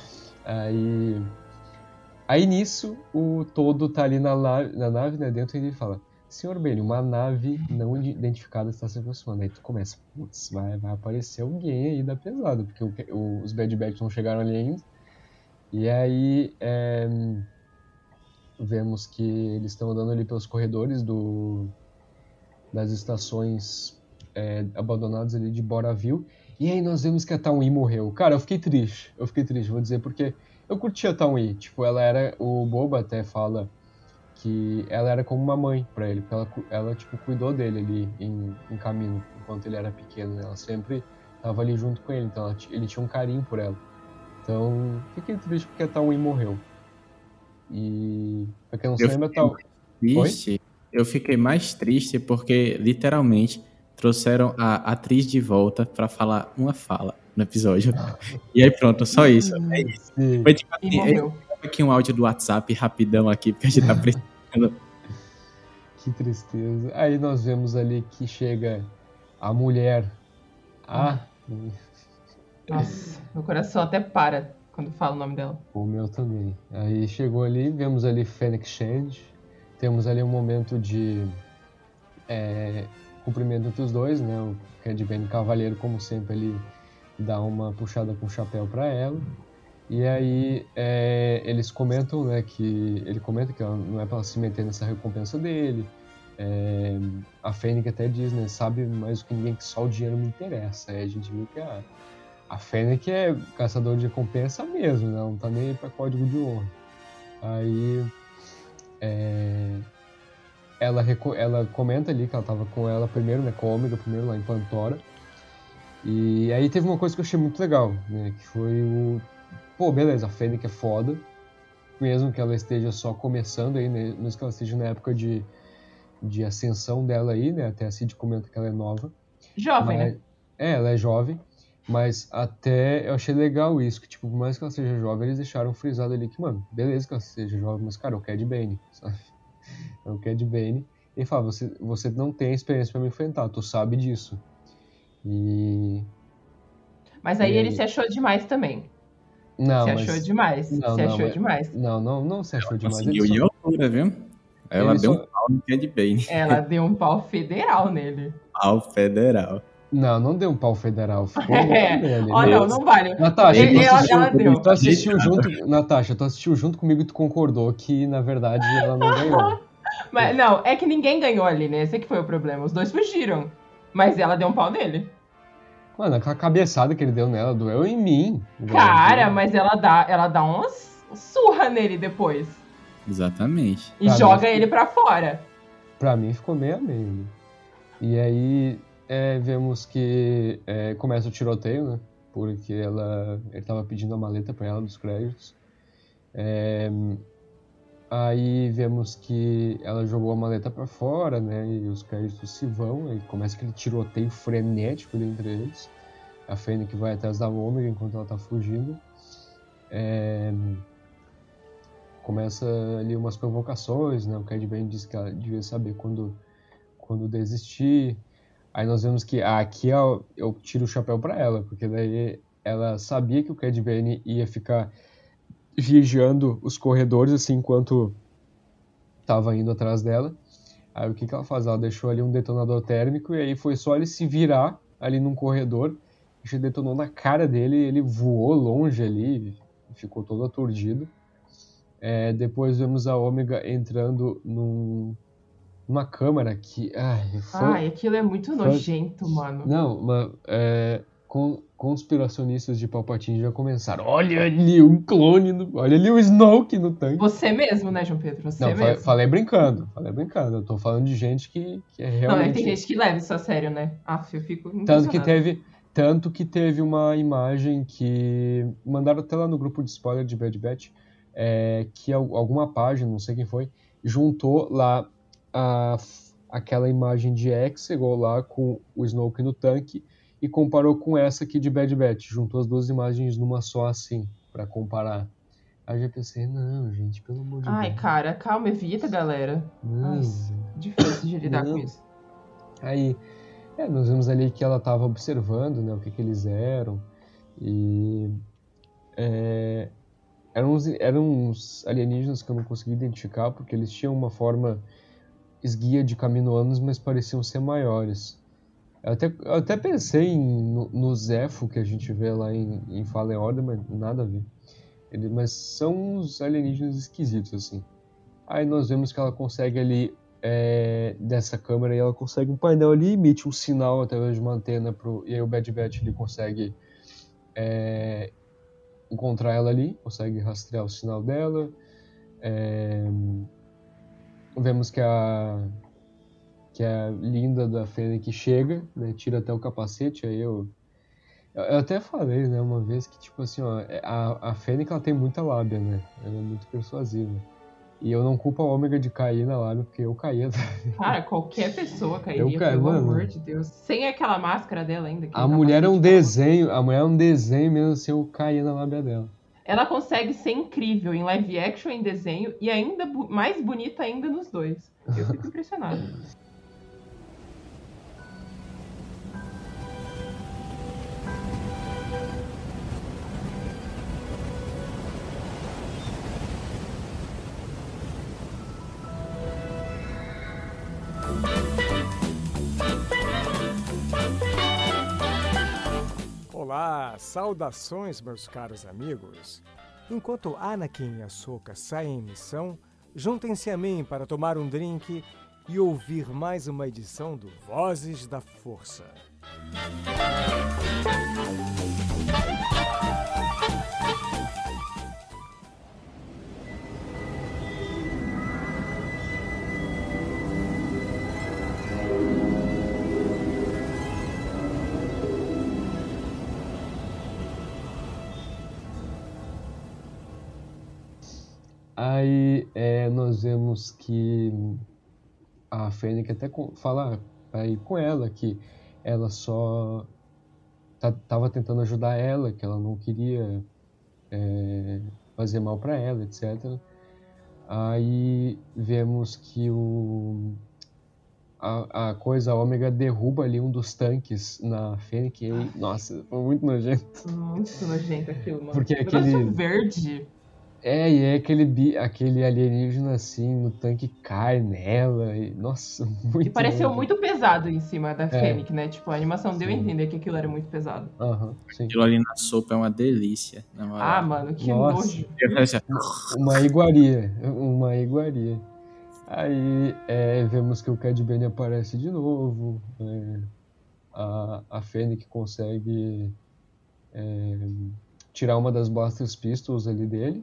Speaker 3: Aí nisso, o Todo tá ali na nave, né, dentro, e ele fala, Senhor Bane, uma nave não identificada está se aproximando. Aí tu começa, putz, vai aparecer alguém aí da pesada, porque os Bad Batch não chegaram ali ainda. E aí vemos que eles estão andando ali pelos corredores das estações abandonadas ali de Boraville. E aí nós vemos que a Taun morreu. Cara, eu fiquei triste, vou dizer, porque eu curti a Taun. Tipo, o Boba até fala que ela era como uma mãe pra ele, porque ela tipo, cuidou dele ali em caminho, enquanto ele era pequeno, né? Ela sempre tava ali junto com ele, então ele tinha um carinho por ela. Então, fiquei triste porque a Taun morreu. E, pra quem não se lembra, a Taun...
Speaker 5: Eu fiquei mais triste porque, literalmente, trouxeram a atriz de volta pra falar uma fala no episódio. E aí pronto, só isso. É isso. Foi tipo assim, aqui um áudio do WhatsApp rapidão aqui, porque a gente tá precisando.
Speaker 3: Que tristeza. Aí nós vemos ali que chega a mulher.
Speaker 4: Nossa, meu coração até para quando fala o nome dela.
Speaker 3: O meu também. Aí chegou ali, vemos ali Fennec Shand. Temos ali um momento de cumprimento entre os dois, né? O Cad Bane Cavaleiro, como sempre, ele dá uma puxada com o chapéu pra ela. E aí eles comentam, né, que ele comenta que não é pra ela se meter nessa recompensa dele. A Fennec até diz, né, sabe mais do que ninguém que só o dinheiro me interessa. Aí a gente viu que a Fennec é caçador de recompensa mesmo, né, não tá nem aí pra código de honra. Aí ela comenta ali que ela tava com ela primeiro, né, com a Ômega primeiro lá em Pantora. E aí teve uma coisa que eu achei muito legal, né, que foi pô, beleza, a Fennec é foda, mesmo que ela esteja só começando aí, né, mesmo que ela esteja na época de ascensão dela aí, né, até a Cid comenta que ela é nova.
Speaker 4: Jovem, né?
Speaker 3: Ela é jovem, mas até eu achei legal isso, que tipo, por mais que ela seja jovem, eles deixaram frisado ali que, mano, beleza que ela seja jovem, mas cara, é o Cad Bane, sabe? É o Cad Bane. E fala, você não tem experiência pra me enfrentar, tu sabe disso.
Speaker 4: Mas aí ele se achou demais também.
Speaker 3: Não,
Speaker 4: se achou demais. Demais.
Speaker 3: Não se achou demais.
Speaker 5: Conseguiu de altura, viu? Ela deu um pau no Cad Bane.
Speaker 4: Ela deu um pau federal nele.
Speaker 5: Pau federal.
Speaker 3: Não deu um pau federal. Ficou nele.
Speaker 4: Olha, não vale.
Speaker 3: Natasha,
Speaker 4: ela deu.
Speaker 3: Tu assistiu junto, Natasha, tu assistiu junto comigo e tu concordou que, na verdade, ela não ganhou.
Speaker 4: Mas não, é que ninguém ganhou ali, né? Esse que foi o problema. Os dois fugiram. Mas ela deu um pau nele.
Speaker 3: Mano, aquela cabeçada que ele deu nela doeu em mim.
Speaker 4: Cara, mas ela dá umas surra nele depois.
Speaker 5: Exatamente.
Speaker 4: E joga ele pra fora.
Speaker 3: Pra mim ficou meio a meio. Né? E aí vemos que começa o tiroteio, né? Porque ele tava pedindo a maleta pra ela dos créditos. Aí vemos que ela jogou a maleta pra fora, né? E os créditos se vão. Aí começa aquele tiroteio frenético entre eles. A Fennec vai atrás da Ômega enquanto ela tá fugindo. Começa ali umas provocações, né? O Cad Bane diz que ela devia saber quando desistir. Aí nós vemos que aqui eu tiro o chapéu pra ela, porque daí ela sabia que o Cad Bane ia ficar vigiando os corredores, assim, enquanto tava indo atrás dela. Aí o que ela faz? Ela deixou ali um detonador térmico e aí foi só ele se virar ali num corredor, e detonou na cara dele, ele voou longe ali, ficou todo aturdido. Depois vemos a Ômega entrando numa câmara que...
Speaker 4: aquilo é muito nojento, mano.
Speaker 3: Não, mas... conspiracionistas de Palpatine já começaram. Olha ali um clone, olha ali o Snoke no tanque.
Speaker 4: Você mesmo, né, João Pedro? Você mesmo.
Speaker 3: Falei brincando. Eu tô falando de gente que é realmente...
Speaker 4: Não, tem gente que leva isso a sério, né? Eu fico
Speaker 3: Tanto que teve uma imagem que mandaram até lá no grupo de spoiler de Bad Batch, que alguma página, não sei quem foi, juntou lá aquela imagem de Exegol lá com o Snoke no tanque e comparou com essa aqui de Bad Batch. Juntou as duas imagens numa só assim, pra comparar. Aí eu já pensei, não, gente, pelo amor de Deus.
Speaker 4: Ai, cara, calma, evita, galera. Nossa, difícil de lidar com isso.
Speaker 3: Aí, nós vimos ali que ela tava observando, né, o que eles eram. E... eram uns alienígenas que eu não consegui identificar, porque eles tinham uma forma esguia de caminoanos, mas pareciam ser maiores. Eu até pensei no Zepho que a gente vê lá em Fallen Order, mas nada a ver. Mas são uns alienígenas esquisitos, assim. Aí nós vemos que ela consegue ali, dessa câmera, e ela consegue um painel ali, emite um sinal através de uma antena, e aí o Bad Batch ele consegue encontrar ela ali, consegue rastrear o sinal dela. Vemos que a linda da Fennec chega, né, tira até o capacete, aí eu até falei, né, uma vez que, tipo assim, ó, a Fennec, ela tem muita lábia, né, ela é muito persuasiva. E eu não culpo a Ômega de cair na lábia, porque eu caía.
Speaker 4: Cara, qualquer pessoa cairia, pelo amor de Deus. Sem aquela máscara dela ainda.
Speaker 3: A mulher é um desenho, mesmo assim, eu caía na lábia dela.
Speaker 4: Ela consegue ser incrível em live action, em desenho, e ainda mais bonita ainda nos dois. Eu fico impressionado.
Speaker 6: Olá, saudações, meus caros amigos. Enquanto Anakin e Ahsoka saem em missão, juntem-se a mim para tomar um drink e ouvir mais uma edição do Vozes da Força.
Speaker 3: Aí nós vemos que a Fennec até fala aí com ela que ela só tava tentando ajudar ela, que ela não queria fazer mal para ela, etc. Aí vemos que a coisa Ômega derruba ali um dos tanques na Fennec e aí, nossa, foi muito nojento.
Speaker 4: Muito nojento aquilo, mano.
Speaker 3: Porque
Speaker 4: aquele verde.
Speaker 3: E é aquele alienígena assim no tanque cai nela e, nossa, muito.
Speaker 4: E pareceu muito pesado em cima da Fennec, né? Tipo, a animação deu a entender que aquilo era muito pesado.
Speaker 3: Sim.
Speaker 5: Aquilo ali na sopa é uma delícia.
Speaker 4: Mano, que nojo.
Speaker 3: Uma iguaria. Aí vemos que o Cad Bane aparece de novo. A Fennec consegue tirar uma das Blaster Pistols ali dele.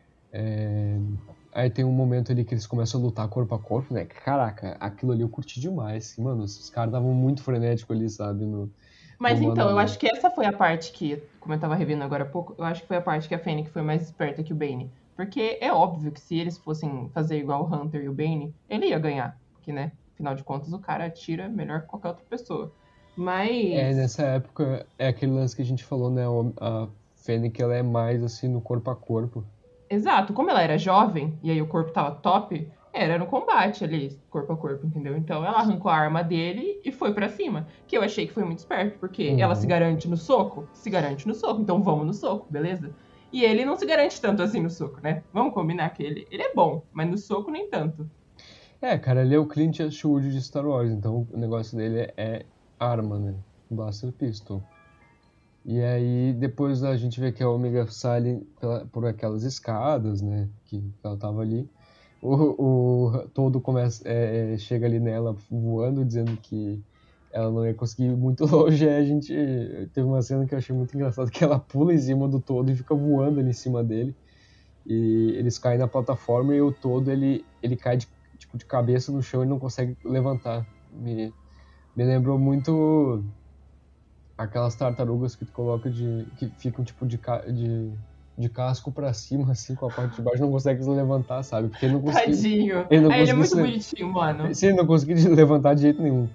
Speaker 3: Aí tem um momento ali que eles começam a lutar corpo a corpo, né? Caraca, aquilo ali eu curti demais. Mano, os caras estavam muito frenéticos ali, sabe?
Speaker 4: Mas então, eu acho que essa foi a parte que, como eu tava revendo agora há pouco, eu acho que foi a parte que a Fennec foi mais esperta que o Bane. Porque é óbvio que se eles fossem fazer igual o Hunter e o Bane, ele ia ganhar. Porque, né? Afinal de contas, o cara atira melhor que qualquer outra pessoa. Mas...
Speaker 3: nessa época, é aquele lance que a gente falou, né? A Fennec, ela é mais, assim, no corpo a corpo.
Speaker 4: Exato. Como ela era jovem, e aí o corpo tava top, era no combate ali, corpo a corpo, entendeu? Então ela arrancou a arma dele e foi pra cima. Que eu achei que foi muito esperto, porque ela se garante no soco? Se garante no soco, então vamos no soco, beleza? E ele não se garante tanto assim no soco, né? Vamos combinar que ele é bom, mas no soco nem tanto.
Speaker 3: Cara, ele é o Clint Eastwood de Star Wars, então o negócio dele é arma, né? Blaster Pistol. E aí depois a gente vê que a Ômega sai por aquelas escadas, né? Que ela tava ali. O todo chega ali nela voando, dizendo que ela não ia conseguir ir muito longe. Aí a gente teve uma cena que eu achei muito engraçada, que ela pula em cima do todo e fica voando ali em cima dele. E eles caem na plataforma e o todo ele cai de cabeça no chão e não consegue levantar. Me lembrou muito aquelas tartarugas que tu coloca que ficam tipo de casco pra cima, assim, com a parte de baixo, não consegue se levantar, sabe? Porque ele não conseguiu.
Speaker 4: Tadinho. Ele é muito bonitinho, mano.
Speaker 3: Sim, ele não conseguiu levantar de jeito nenhum.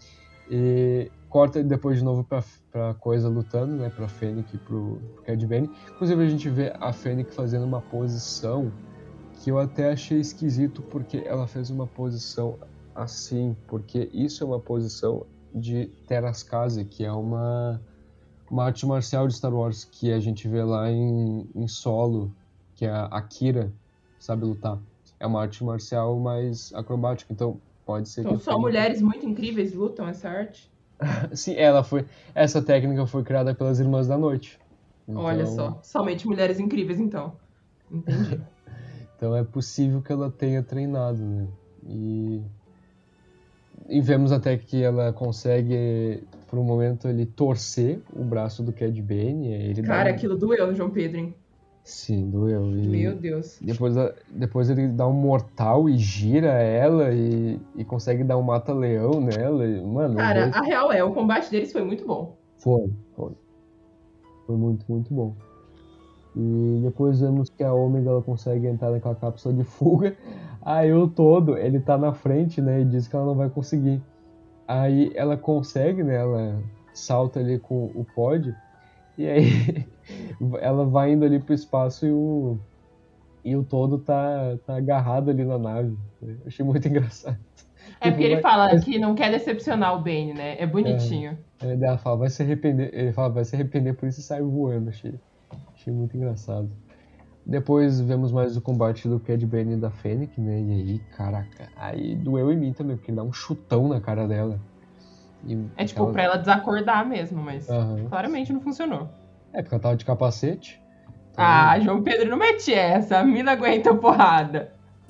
Speaker 3: E corta depois de novo pra coisa lutando, né? Pra Fennec e pro Cad Bane. Inclusive a gente vê a Fennec fazendo uma posição que eu até achei esquisito, porque ela fez uma posição assim, porque isso é uma posição de Terascase, que é uma arte marcial de Star Wars que a gente vê lá em Solo, que é a Kira sabe lutar. É uma arte marcial mais acrobática, então pode ser
Speaker 4: então, que... só mulheres muito incríveis lutam essa arte?
Speaker 3: Sim, essa técnica foi criada pelas Irmãs da Noite.
Speaker 4: Então... Olha só, somente mulheres incríveis, então. Entendi.
Speaker 3: Então é possível que ela tenha treinado, né? E vemos até que ela consegue, por um momento, ele torcer o braço do Cad Bane.
Speaker 4: Cara, aquilo doeu no João Pedro, hein?
Speaker 3: Sim, doeu.
Speaker 4: Meu Deus.
Speaker 3: Depois ele dá um mortal e gira ela e consegue dar um mata-leão nela. Mano,
Speaker 4: cara, a real o combate deles foi muito bom.
Speaker 3: Foi muito, muito bom. E depois vemos que a Ômega ela consegue entrar naquela cápsula de fuga. Aí o todo, ele tá na frente, né? E diz que ela não vai conseguir. Aí ela consegue, né? Ela salta ali com o pod. E aí ela vai indo ali pro espaço e o todo tá agarrado ali na nave. Eu achei muito engraçado.
Speaker 4: É porque ele fala que não quer decepcionar o Bane, né? É bonitinho.
Speaker 3: Ela fala, vai se arrepender. Ele fala, vai se arrepender por isso e sai voando. Achei muito engraçado. Depois vemos mais o combate do Cad Bane e da Fennec, né? E aí, caraca, aí doeu em mim também, porque ele dá um chutão na cara dela.
Speaker 4: É tipo, pra ela desacordar mesmo, mas claramente não funcionou.
Speaker 3: É, porque ela tava de capacete.
Speaker 4: Então... Ah, João Pedro, não mete essa. A mina aguenta porrada.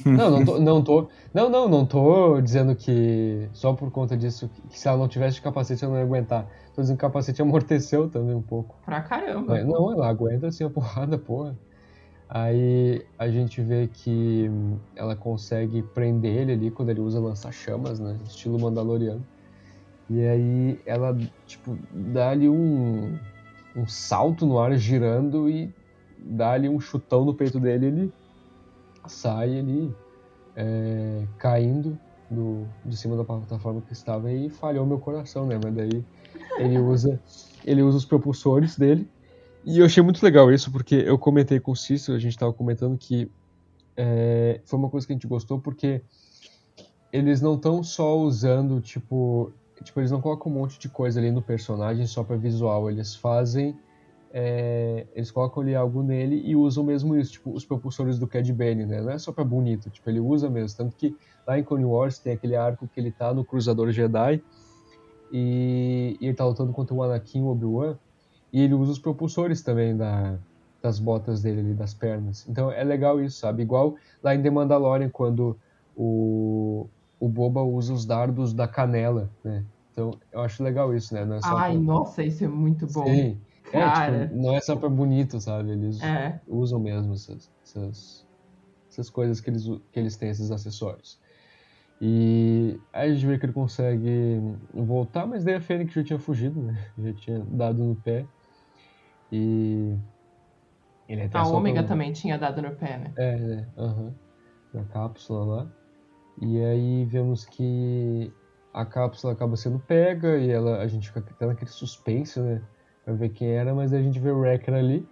Speaker 3: Não tô dizendo que só por conta disso, que se ela não tivesse de capacete ela não ia aguentar. Tô dizendo que o capacete amorteceu também um pouco.
Speaker 4: Pra caramba.
Speaker 3: Não, ela aguenta assim a porrada, porra. Aí a gente vê que ela consegue prender ele ali quando ele usa lança-chamas, né? Estilo Mandaloriano. E aí ela, tipo, dá ali um salto no ar girando e dá ali um chutão no peito dele e ele sai ali caindo de cima da plataforma que estava e falhou meu coração, né? Mas daí ele usa os propulsores dele. E eu achei muito legal isso, porque eu comentei com o Cícero, a gente estava comentando que foi uma coisa que a gente gostou, porque eles não estão só usando, tipo, eles não colocam um monte de coisa ali no personagem só para visual, eles fazem, eles colocam ali algo nele e usam mesmo isso, tipo, os propulsores do Cad Bane, né? Não é só pra bonito, tipo, ele usa mesmo, tanto que lá em Clone Wars tem aquele arco que ele tá no Cruzador Jedi e ele tá lutando contra o Anakin e o Obi-Wan, e ele usa os propulsores também das botas dele ali, das pernas. Então é legal isso, sabe? Igual lá em The Mandalorian, quando o Boba usa os dardos da canela, né? Então eu acho legal isso, né? Não é só
Speaker 4: nossa, isso é muito bom.
Speaker 3: Sim. Tipo, não é só pra bonito, sabe? Eles usam mesmo essas coisas que eles têm, esses acessórios. E aí a gente vê que ele consegue voltar, mas daí a Fennec já tinha fugido, né? Já tinha dado no pé. E ele até
Speaker 4: a Ômega também tinha dado no pé, né?
Speaker 3: Na cápsula lá. E aí vemos que a cápsula acaba sendo pega e a gente fica até naquele suspense, né? Pra ver quem era, mas aí a gente vê o Wrecker ali.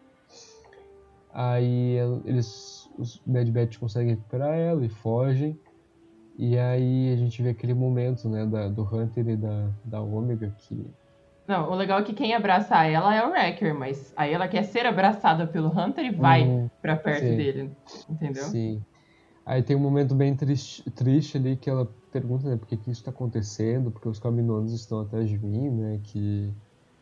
Speaker 3: Aí os Bad Batch conseguem recuperar ela e fogem. E aí a gente vê aquele momento, né, do Hunter e da Ômega que...
Speaker 4: Não, o legal é que quem abraça ela é o Wrecker, mas aí ela quer ser abraçada pelo Hunter e vai pra perto dele, entendeu?
Speaker 3: Sim. Aí tem um momento bem triste ali que ela pergunta, né, por que isso tá acontecendo, porque os Kaminoanos estão atrás de mim, né, que...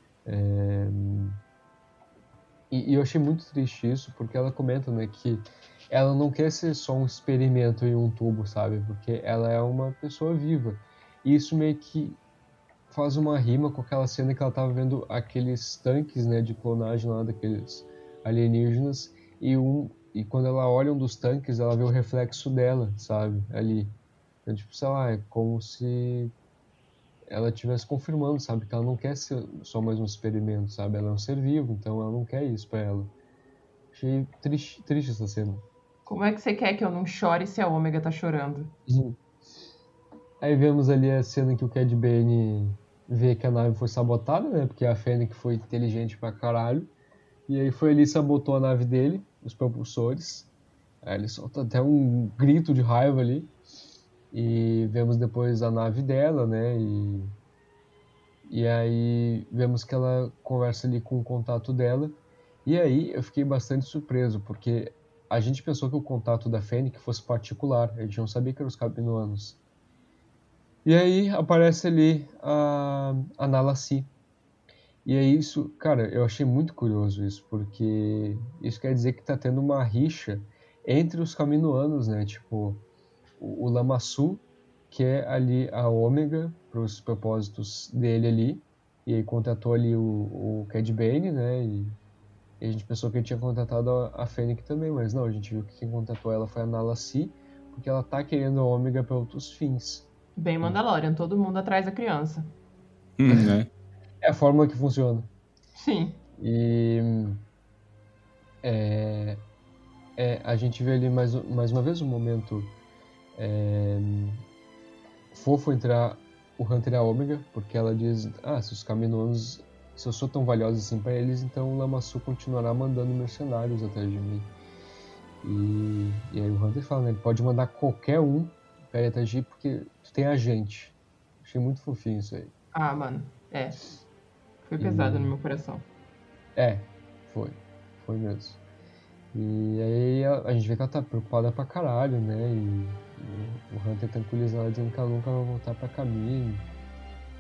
Speaker 3: E eu achei muito triste isso, porque ela comenta, né, que ela não quer ser só um experimento em um tubo, sabe? Porque ela é uma pessoa viva. E isso meio que faz uma rima com aquela cena que ela tava vendo aqueles tanques, né, de clonagem lá daqueles alienígenas, e quando ela olha um dos tanques, ela vê o reflexo dela, sabe? Ali. Então, tipo, sei lá, é como se ela estivesse confirmando, sabe? Que ela não quer ser só mais um experimento, sabe? Ela é um ser vivo, então ela não quer isso pra ela. Achei triste essa cena.
Speaker 4: Como é que você quer que eu não chore se a Ômega tá chorando?
Speaker 3: Aí vemos ali a cena que o Cad Bane vê que a nave foi sabotada, né? Porque a Fennec foi inteligente pra caralho. E aí foi ali e sabotou a nave dele, os propulsores. Aí ele solta até um grito de raiva ali. E vemos depois a nave dela, né? E aí vemos que ela conversa ali com o contato dela. E aí eu fiquei bastante surpreso, porque a gente pensou que o contato da Fennec fosse particular. A gente não sabia que eram os Kaminoanos. E aí aparece ali a Nala Si. E é isso, cara, eu achei muito curioso isso, porque isso quer dizer que tá tendo uma rixa entre os Kaminoanos, né? Tipo, o Lama Su quer ali a Ômega para os propósitos dele ali, e aí contratou ali o Cad Bane, né? E a gente pensou que ele tinha contratado a Fennec também, mas não, a gente viu que quem contratou ela foi a Nala Si, porque ela tá querendo a Ômega para outros fins.
Speaker 4: Bem Mandalorian, todo mundo atrás da criança.
Speaker 5: Né?
Speaker 3: É a fórmula que funciona.
Speaker 4: Sim.
Speaker 3: E a gente vê ali mais uma vez um momento fofo entre o Hunter e a Ômega, porque ela diz, se os Kaminoanos, se eu sou tão valiosa assim pra eles, então o Lama Su continuará mandando mercenários atrás de mim. E aí o Hunter fala, né, ele pode mandar qualquer um pra ir atrás de mim, porque tu tem a gente. Achei muito fofinho isso aí.
Speaker 4: Ah, mano, foi pesado no meu coração.
Speaker 3: Foi mesmo. E aí a gente vê que ela tá preocupada pra caralho, né? E o Hunter tranquiliza ela dizendo que ela nunca vai voltar pra caminho.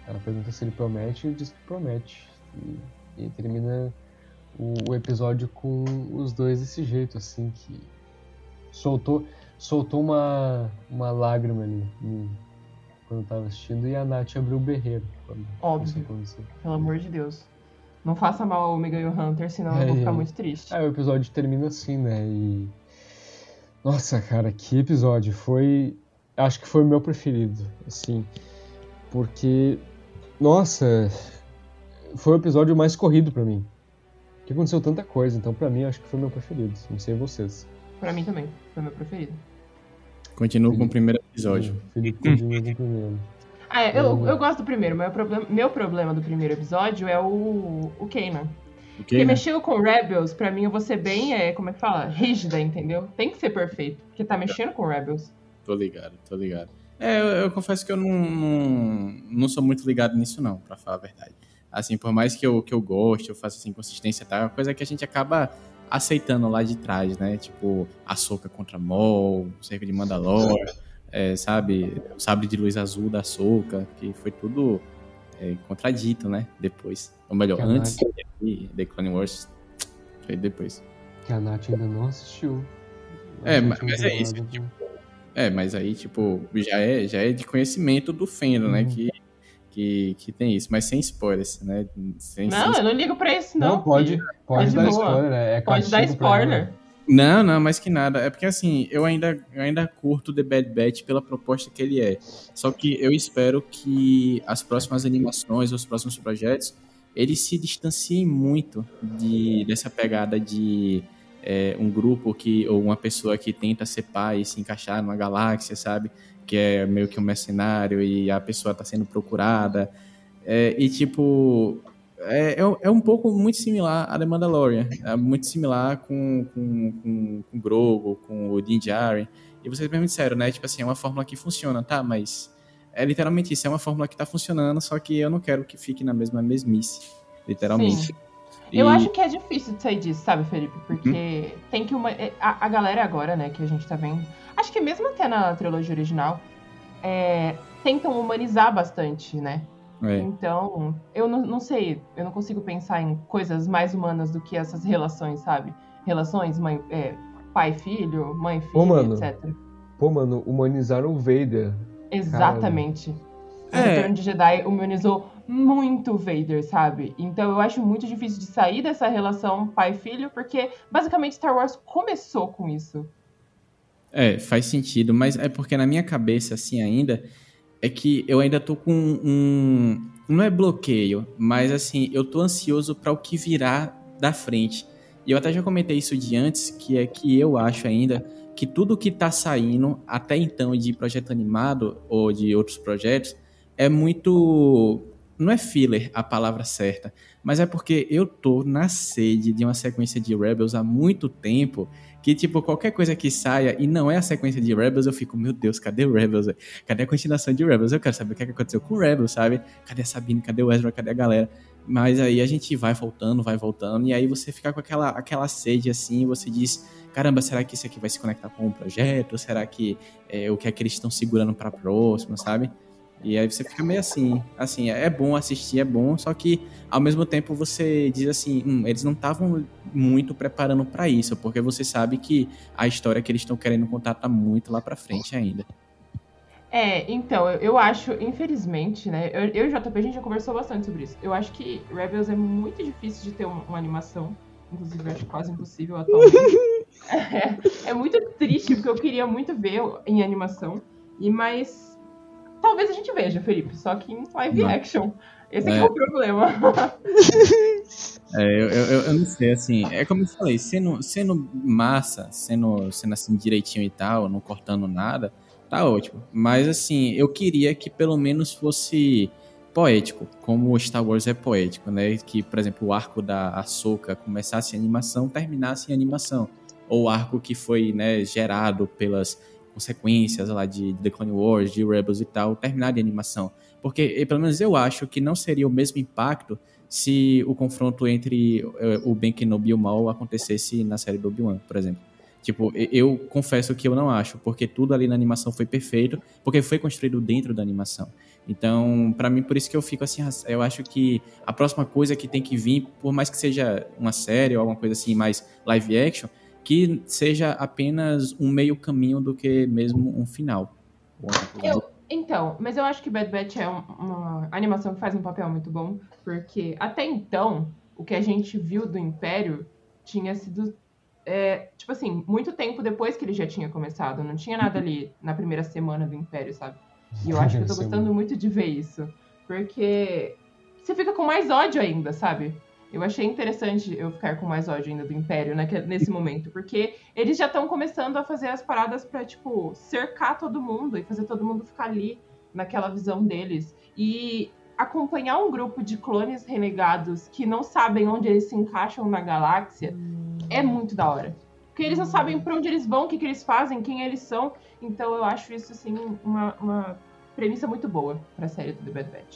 Speaker 3: Ela pergunta se ele promete e ele diz que promete. E termina o episódio com os dois desse jeito, assim, que soltou uma lágrima ali quando eu tava assistindo, e a Nath abriu o berreiro.
Speaker 4: Óbvio, pelo amor de Deus. Não faça mal ao Omega e o Hunter, senão eu vou ficar muito triste.
Speaker 3: O episódio termina assim, né? E... Nossa, cara, que episódio. Acho que foi o meu preferido, assim. Porque... Nossa... Foi o episódio mais corrido pra mim. Porque aconteceu tanta coisa, então pra mim acho que foi o meu preferido. Não sei vocês.
Speaker 4: Pra mim também, foi o meu preferido.
Speaker 5: Continuo com o primeiro episódio.
Speaker 3: Felipe continua com o primeiro.
Speaker 4: Eu gosto do primeiro, mas meu problema do primeiro episódio é o Kanan. Porque mexeu com Rebels, pra mim eu vou ser bem, como é que fala? Rígida, entendeu? Tem que ser perfeito, porque tá mexendo com Rebels.
Speaker 5: Tô ligado. Eu confesso que eu não sou muito ligado nisso não, pra falar a verdade. Assim, por mais que eu goste, eu faça assim, consistência e tal, é uma coisa que a gente acaba aceitando lá de trás, né? Tipo, Ahsoka contra Maul, o Cerco de Mandalore, sabe? O sabre de luz azul da Ahsoka, que foi tudo contradito, né? Depois. Ou melhor, que antes de The Clone Wars, foi depois.
Speaker 3: Que a Nath ainda não assistiu.
Speaker 5: Mas é isso. Tipo, mas aí, tipo, já é de conhecimento do fandom, né? Que tem isso, mas sem spoilers, né?
Speaker 4: Eu não ligo pra isso, não.
Speaker 3: Não, pode dar spoiler.
Speaker 4: Pode dar spoiler.
Speaker 5: Não, mais que nada. É porque, assim, eu ainda curto The Bad Batch pela proposta que ele é. Só que eu espero que as próximas animações, os próximos projetos, eles se distanciem muito dessa pegada de um grupo ou uma pessoa que tenta ser pai e se encaixar numa galáxia, sabe? Que é meio que um mercenário e a pessoa tá sendo procurada. É um pouco muito similar a The Mandalorian. É muito similar com Grogu, com o Din Djarin. E vocês mesmo disseram, né? Tipo assim, é uma fórmula que funciona, tá? Mas é literalmente isso. É uma fórmula que tá funcionando, só que eu não quero que fique na mesma mesmice. Literalmente.
Speaker 4: Sim. Eu acho que é difícil de sair disso, sabe, Felipe? Porque tem que a galera agora, né, que a gente tá vendo... Acho que mesmo até na trilogia original, tentam humanizar bastante, né? Então, eu não sei, eu não consigo pensar em coisas mais humanas do que essas relações, sabe? Relações pai-filho, mãe-filho, etc.
Speaker 3: Mano, humanizaram o Vader.
Speaker 4: Exatamente. O Retorno de Jedi humanizou muito o Vader, sabe? Então eu acho muito difícil de sair dessa relação pai-filho, porque basicamente Star Wars começou com isso.
Speaker 5: Faz sentido, mas é porque na minha cabeça, assim, ainda, é que eu ainda tô com não é bloqueio, mas assim, eu tô ansioso para o que virá da frente. E eu até já comentei isso de antes, que é que eu acho ainda que tudo que tá saindo até então de projeto animado ou de outros projetos é muito... Não é filler a palavra certa, mas é porque eu tô na sede de uma sequência de Rebels há muito tempo, que tipo, qualquer coisa que saia e não é a sequência de Rebels, eu fico, meu Deus, cadê o Rebels? Cadê a continuação de Rebels? Eu quero saber o que aconteceu com o Rebels, sabe? Cadê a Sabine? Cadê o Ezra? Cadê a galera? Mas aí a gente vai voltando, e aí você fica com aquela sede assim, e você diz, caramba, será que isso aqui vai se conectar com um projeto? Será que o que é que eles estão segurando pra próxima, sabe? E aí você fica meio assim, é bom assistir, é bom, só que ao mesmo tempo você diz assim, eles não estavam muito preparando pra isso, porque você sabe que a história que eles estão querendo contar tá muito lá pra frente ainda.
Speaker 4: Então, eu acho, infelizmente, né, eu e o JP, a gente já conversou bastante sobre isso, eu acho que Rebels é muito difícil de ter uma animação, inclusive eu acho quase impossível atualmente. É muito triste, porque eu queria muito ver em animação, mas... Talvez a gente veja, Felipe, só que em live action. Esse é o problema.
Speaker 5: Eu não sei, assim, é como eu falei, sendo massa, sendo assim direitinho e tal, não cortando nada, tá ótimo. Mas assim, eu queria que pelo menos fosse poético, como o Star Wars é poético, né? Que, por exemplo, o arco da Ahsoka começasse em animação, terminasse em animação. Ou o arco que foi, né, gerado pelas consequências lá de The Clone Wars, de Rebels e tal, terminar de animação. Porque, pelo menos eu acho que não seria o mesmo impacto se o confronto entre o Ben Kenobi e o Maul acontecesse na série do Obi-Wan, por exemplo. Tipo, eu confesso que eu não acho, porque tudo ali na animação foi perfeito, porque foi construído dentro da animação. Então, pra mim, por isso que eu fico assim, eu acho que a próxima coisa que tem que vir, por mais que seja uma série ou alguma coisa assim, mais live action, que seja apenas um meio caminho do que mesmo um final.
Speaker 4: Então, mas eu acho que Bad Batch é uma animação que faz um papel muito bom, porque até então, o que a gente viu do Império tinha sido, tipo assim, muito tempo depois que ele já tinha começado. Não tinha nada ali na primeira semana do Império, sabe? E eu acho que eu tô gostando muito de ver isso, porque você fica com mais ódio ainda, sabe? Eu achei interessante eu ficar com mais ódio ainda do Império nesse momento, porque eles já estão começando a fazer as paradas pra, tipo, cercar todo mundo e fazer todo mundo ficar ali naquela visão deles. E acompanhar um grupo de clones renegados que não sabem onde eles se encaixam na galáxia é muito da hora. Porque eles não sabem pra onde eles vão, o que eles fazem, quem eles são. Então eu acho isso, assim, uma premissa muito boa pra série do The Bad Batch.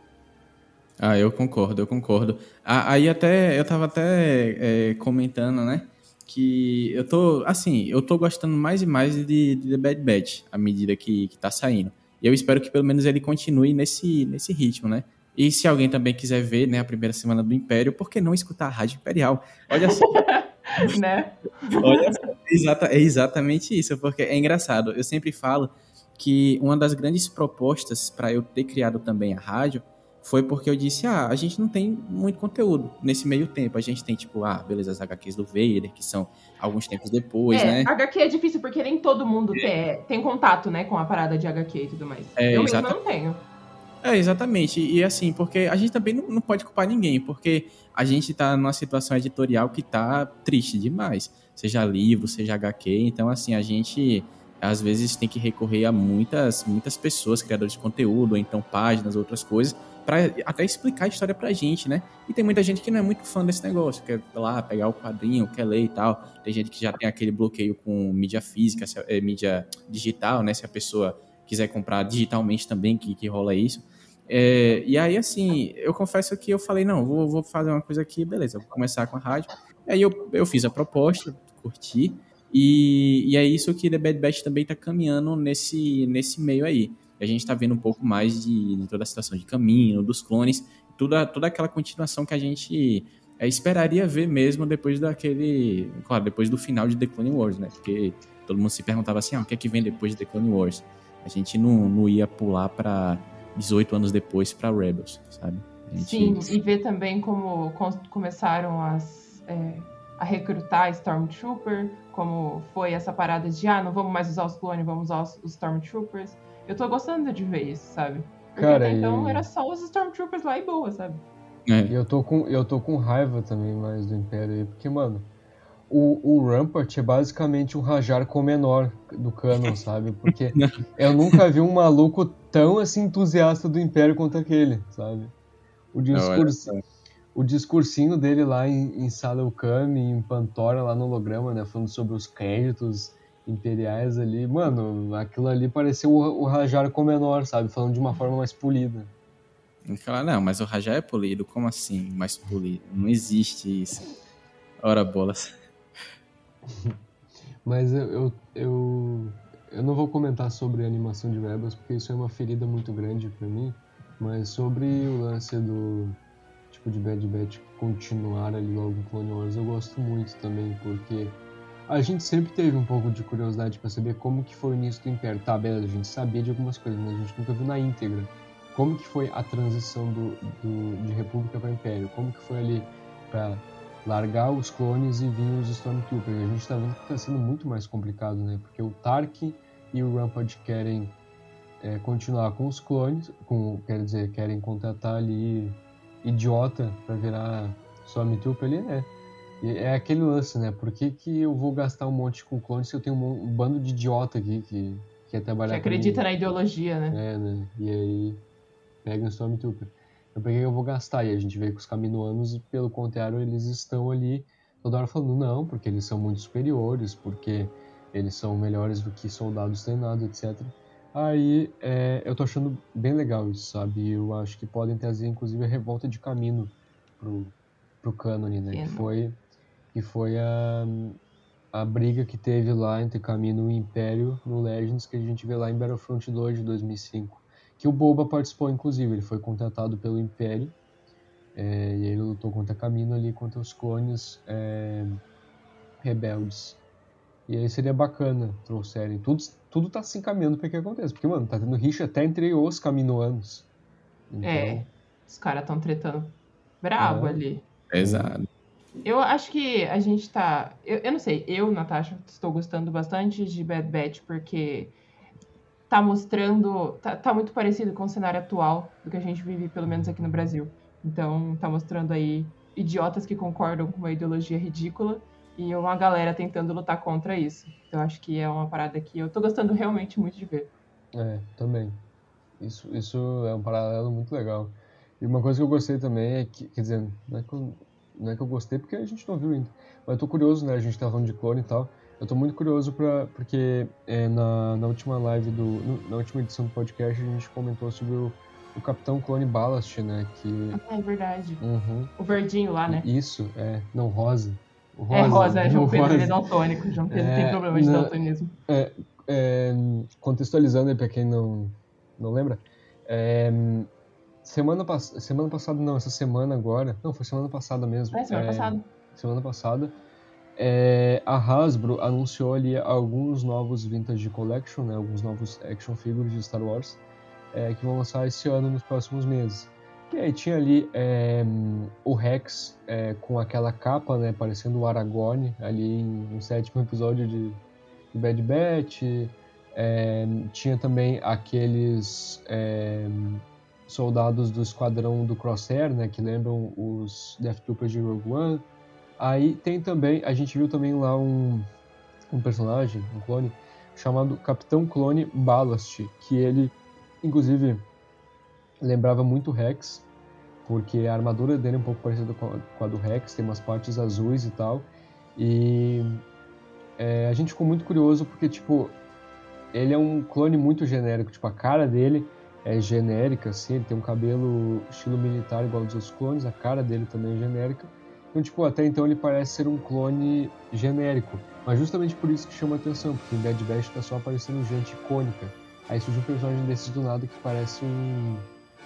Speaker 5: Ah, eu concordo. Aí eu tava até comentando, né, que eu tô gostando mais e mais de The Bad Batch à medida que tá saindo. E eu espero que pelo menos ele continue nesse ritmo, né? E se alguém também quiser ver, né, a primeira semana do Império, por que não escutar a Rádio Imperial? Olha só.
Speaker 4: Né?
Speaker 5: Olha só, é exatamente isso, porque é engraçado. Eu sempre falo que uma das grandes propostas para eu ter criado também a rádio foi porque eu disse, a gente não tem muito conteúdo nesse meio tempo. A gente tem, tipo, beleza, as HQs do Vader, que são alguns tempos depois, né?
Speaker 4: HQ é difícil porque nem todo mundo tem contato, né, com a parada de HQ e tudo mais. Eu mesmo não tenho.
Speaker 5: Exatamente. E assim, porque a gente também não pode culpar ninguém, porque a gente tá numa situação editorial que tá triste demais. Seja livro, seja HQ. Então, assim, a gente às vezes tem que recorrer a muitas pessoas, criadores de conteúdo, ou então páginas, outras coisas, para até explicar a história pra gente, né? E tem muita gente que não é muito fã desse negócio, quer lá pegar o quadrinho, quer ler e tal. Tem gente que já tem aquele bloqueio com mídia física, mídia digital, né? Se a pessoa quiser comprar digitalmente também, que rola isso. E aí, assim, eu confesso que eu falei, não, vou fazer uma coisa aqui, beleza, vou começar com a rádio. Aí eu fiz a proposta, curti, e é isso que The Bad Batch também tá caminhando nesse meio aí. A gente tá vendo um pouco mais de toda a situação de caminho, dos clones, toda aquela continuação que a gente esperaria ver mesmo depois depois do final de The Clone Wars, né? Porque todo mundo se perguntava assim, o que é que vem depois de The Clone Wars? A gente não ia pular pra 18 anos depois pra Rebels, sabe?
Speaker 4: Sim, e ver também como começaram a recrutar Stormtrooper, como foi essa parada de, não vamos mais usar os clones, vamos usar os Stormtroopers. Eu tô gostando de ver isso, sabe? Porque
Speaker 3: cara,
Speaker 4: até então era só os Stormtroopers lá e boa, sabe?
Speaker 3: E eu tô com raiva também mais do Império aí, porque, mano, o Rampart é basicamente um Rajar com menor do canon, sabe? Porque eu nunca vi um maluco tão assim entusiasta do Império quanto aquele, sabe? O discursinho dele lá em Saleucami, em Pantora, lá no holograma, né? Falando sobre os créditos imperiais ali. Mano, aquilo ali pareceu o Rajar com menor, sabe? Falando de uma forma mais polida.
Speaker 5: Não, mas o Rajar é polido. Como assim, mais polido? Não existe isso. Ora, bolas.
Speaker 3: Mas eu não vou comentar sobre a animação de Rebels, porque isso é uma ferida muito grande pra mim. Mas sobre o lance do tipo de Bad Batch continuar ali logo em Clone Wars, eu gosto muito também, porque a gente sempre teve um pouco de curiosidade pra saber como que foi o início do Império. Tá, beleza, a gente sabia de algumas coisas, mas a gente nunca viu na íntegra. Como que foi a transição de República para Império? Como que foi ali pra largar os clones e vir os Stormtroopers? A gente tá vendo que tá sendo muito mais complicado, né? Porque o Tark e o Rampart querem continuar com os clones, querem contratar ali idiota pra virar Stormtrooper ali, né? E é aquele lance, né? Por que eu vou gastar um monte com clones se eu tenho um bando de idiota aqui que quer trabalhar
Speaker 4: comigo? Que acredita na ideologia, né?
Speaker 3: Né? E aí pega um Stormtrooper. Então por que eu vou gastar? E a gente vê que os Kaminoanos, pelo contrário, eles estão ali toda hora falando não, porque eles são muito superiores, porque eles são melhores do que soldados treinados, etc. Aí eu tô achando bem legal isso, sabe? Eu acho que podem trazer, inclusive, a revolta de Kamino pro cânone, né? Que foi a briga que teve lá entre Kamino e o Império no Legends, que a gente vê lá em Battlefront 2 de 2005. Que o Boba participou, inclusive. Ele foi contratado pelo Império. E ele lutou contra Kamino ali, contra os clones rebeldes. E aí seria bacana trouxerem. Tudo tá se encaminhando pra que aconteça. Porque, mano, tá tendo rixa até entre os caminoanos. Então,
Speaker 4: os caras estão tretando brabo ali.
Speaker 5: Exato.
Speaker 4: Eu acho que a gente tá... Eu não sei, Natasha, estou gostando bastante de Bad Batch, porque tá mostrando... Tá muito parecido com o cenário atual do que a gente vive, pelo menos aqui no Brasil. Então, tá mostrando aí idiotas que concordam com uma ideologia ridícula e uma galera tentando lutar contra isso. Então, acho que é uma parada que eu tô gostando realmente muito de ver.
Speaker 3: Também. Isso é um paralelo muito legal. E uma coisa que eu gostei também é que, quer dizer, não é que eu gostei porque a gente não viu ainda, mas eu tô curioso, né? A gente tá falando de clone e tal. Eu tô muito curioso porque na última live na última edição do podcast a gente comentou sobre o Capitão Clone Ballast, né?
Speaker 4: É verdade.
Speaker 3: Uhum.
Speaker 4: O verdinho lá, né?
Speaker 3: Isso, não, rosa.
Speaker 4: Rosa, João Pedro ele é daltônico. João Pedro tem problema de daltonismo.
Speaker 3: Contextualizando aí pra quem não lembra, semana passada não, essa semana agora, não, foi semana passada mesmo. Semana passada, a Hasbro anunciou ali alguns novos Vintage Collection, né, alguns novos action figures de Star Wars, que vão lançar esse ano nos próximos meses. E aí tinha ali o Rex com aquela capa, né, parecendo o Aragorn, ali no 7º episódio de Bad Batch. Tinha também aqueles soldados do esquadrão do Crosshair, né, que lembram os Death Troopers de Rogue One. Aí tem também, a gente viu também lá um personagem, um clone, chamado Capitão Clone Ballast, que ele, inclusive, lembrava muito o Rex, porque a armadura dele é um pouco parecida com a do Rex, tem umas partes azuis e tal. E a gente ficou muito curioso porque, tipo, ele é um clone muito genérico, tipo, a cara dele é genérica, assim, ele tem um cabelo estilo militar igual aos outros clones, a cara dele também é genérica. Então, tipo, até então ele parece ser um clone genérico, mas justamente por isso que chama atenção, porque em Bad Batch tá só aparecendo gente icônica. Aí surge um personagem desses do nada que parece um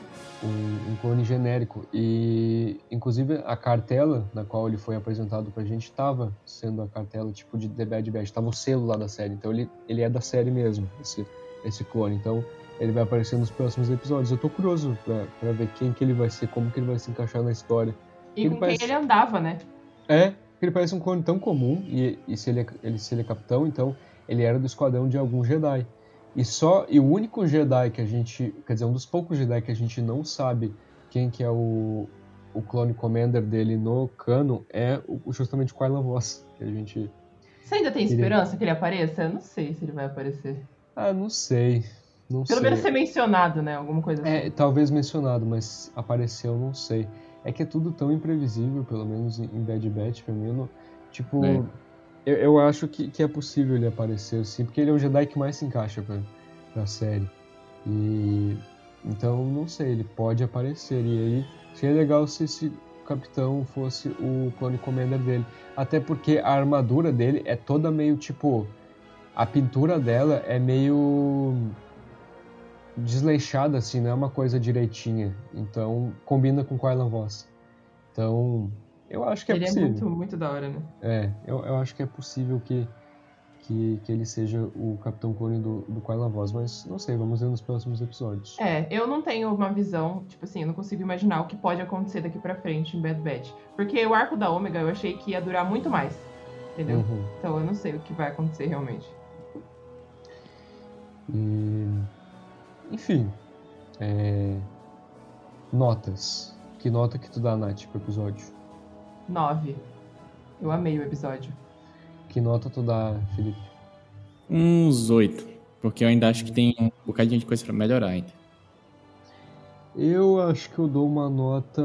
Speaker 3: clone genérico. E, inclusive, a cartela na qual ele foi apresentado pra gente estava sendo a cartela tipo de The Bad Batch, estava o selo lá da série. Então ele é da série mesmo, esse clone. Então ele vai aparecer nos próximos episódios. Eu tô curioso pra ver quem que ele vai ser, como que ele vai se encaixar na história.
Speaker 4: E com quem ele andava, né?
Speaker 3: Ele parece um clone tão comum, e se ele é capitão, então ele era do esquadrão de algum Jedi. E o único Jedi que a gente... Quer dizer, um dos poucos Jedi que a gente não sabe quem que é o Clone Commander dele no canon é justamente o Quinlan Vos, que a gente...
Speaker 4: Você ainda tem esperança que ele apareça? Eu não sei se ele vai aparecer.
Speaker 3: Não sei.
Speaker 4: Pelo menos ser mencionado, né? Alguma coisa assim.
Speaker 3: Talvez mencionado, mas apareceu, não sei. É que é tudo tão imprevisível, pelo menos em Bad Batch, pra mim. Tipo... Eu acho que é possível ele aparecer, sim, porque ele é o Jedi que mais se encaixa pra série. E então, não sei, ele pode aparecer. E aí seria legal se esse capitão fosse o Clone Commander dele. Até porque a armadura dele é toda meio tipo... A pintura dela é meio desleixada, assim, não é uma coisa direitinha. Então, combina com Quinlan Vos. Então... Eu acho que é possível.
Speaker 4: Ele é muito, muito da hora, né?
Speaker 3: Eu acho que é possível que ele seja o Capitão Clone do Quinlan Vos, mas não sei, vamos ver nos próximos episódios.
Speaker 4: Eu não tenho uma visão, tipo assim, eu não consigo imaginar o que pode acontecer daqui pra frente em Bad Batch. Porque o arco da Ômega eu achei que ia durar muito mais, entendeu?
Speaker 3: Uhum.
Speaker 4: Então eu não sei o que vai acontecer realmente.
Speaker 3: Enfim, notas. Que nota que tu dá, Nath, pro episódio?
Speaker 4: 9. Eu amei o episódio.
Speaker 3: Que nota tu dá, Felipe?
Speaker 5: Uns 8. Porque eu ainda acho que tem um bocadinho de coisa pra melhorar ainda.
Speaker 3: Eu acho que eu dou uma nota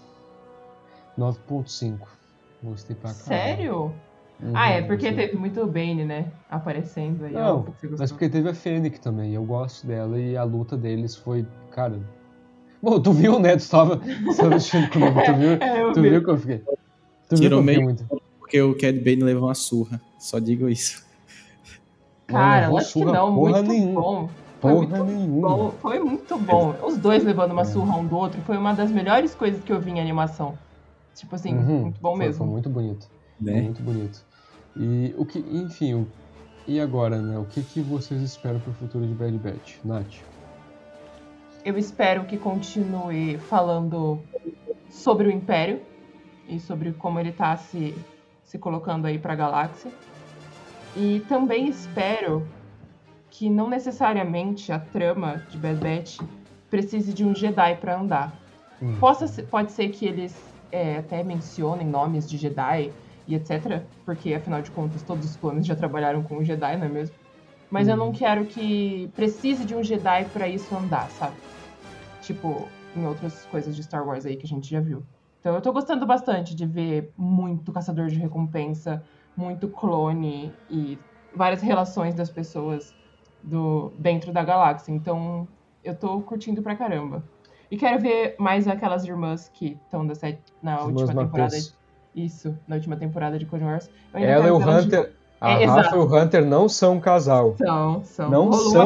Speaker 3: 9.5. Gostei pra caralho.
Speaker 4: Sério? Porque teve muito Bane, né? Aparecendo aí.
Speaker 3: Não, mas porque teve a Fennec também. Eu gosto dela e a luta deles foi... Cara... Bom, tu viu, né? Tu estava assistindo comigo. Tu viu que eu fiquei...
Speaker 5: Tirou meio porque o Cad Bane levou uma surra. Só digo isso.
Speaker 4: Cara, acho que não. Muito
Speaker 3: nenhuma.
Speaker 4: bom. Foi muito bom. Os dois levando uma surra um do outro foi uma das melhores coisas que eu vi em animação. Tipo assim, muito bom mesmo.
Speaker 3: Foi muito bonito. Né? Foi muito bonito. E e agora, né? O que vocês esperam pro futuro de Bad Batch? Nath?
Speaker 4: Eu espero que continue falando sobre o Império e sobre como ele tá se colocando aí pra galáxia. E também espero que não necessariamente a trama de Bad Batch precise de um Jedi pra andar. Pode ser que eles até mencionem nomes de Jedi e etc, porque afinal de contas todos os clones já trabalharam com o Jedi, não é mesmo? Mas eu não quero que precise de um Jedi pra isso andar, sabe? Tipo, em outras coisas de Star Wars aí que a gente já viu. Então eu tô gostando bastante de ver muito caçador de recompensa, muito clone e várias relações das pessoas dentro da galáxia. Então eu tô curtindo pra caramba. E quero ver mais aquelas irmãs que estão na última temporada. Isso, na última temporada de Clone Wars.
Speaker 3: Ela e o Hunter, Rafa e o Hunter não são um casal.
Speaker 4: São.
Speaker 3: Não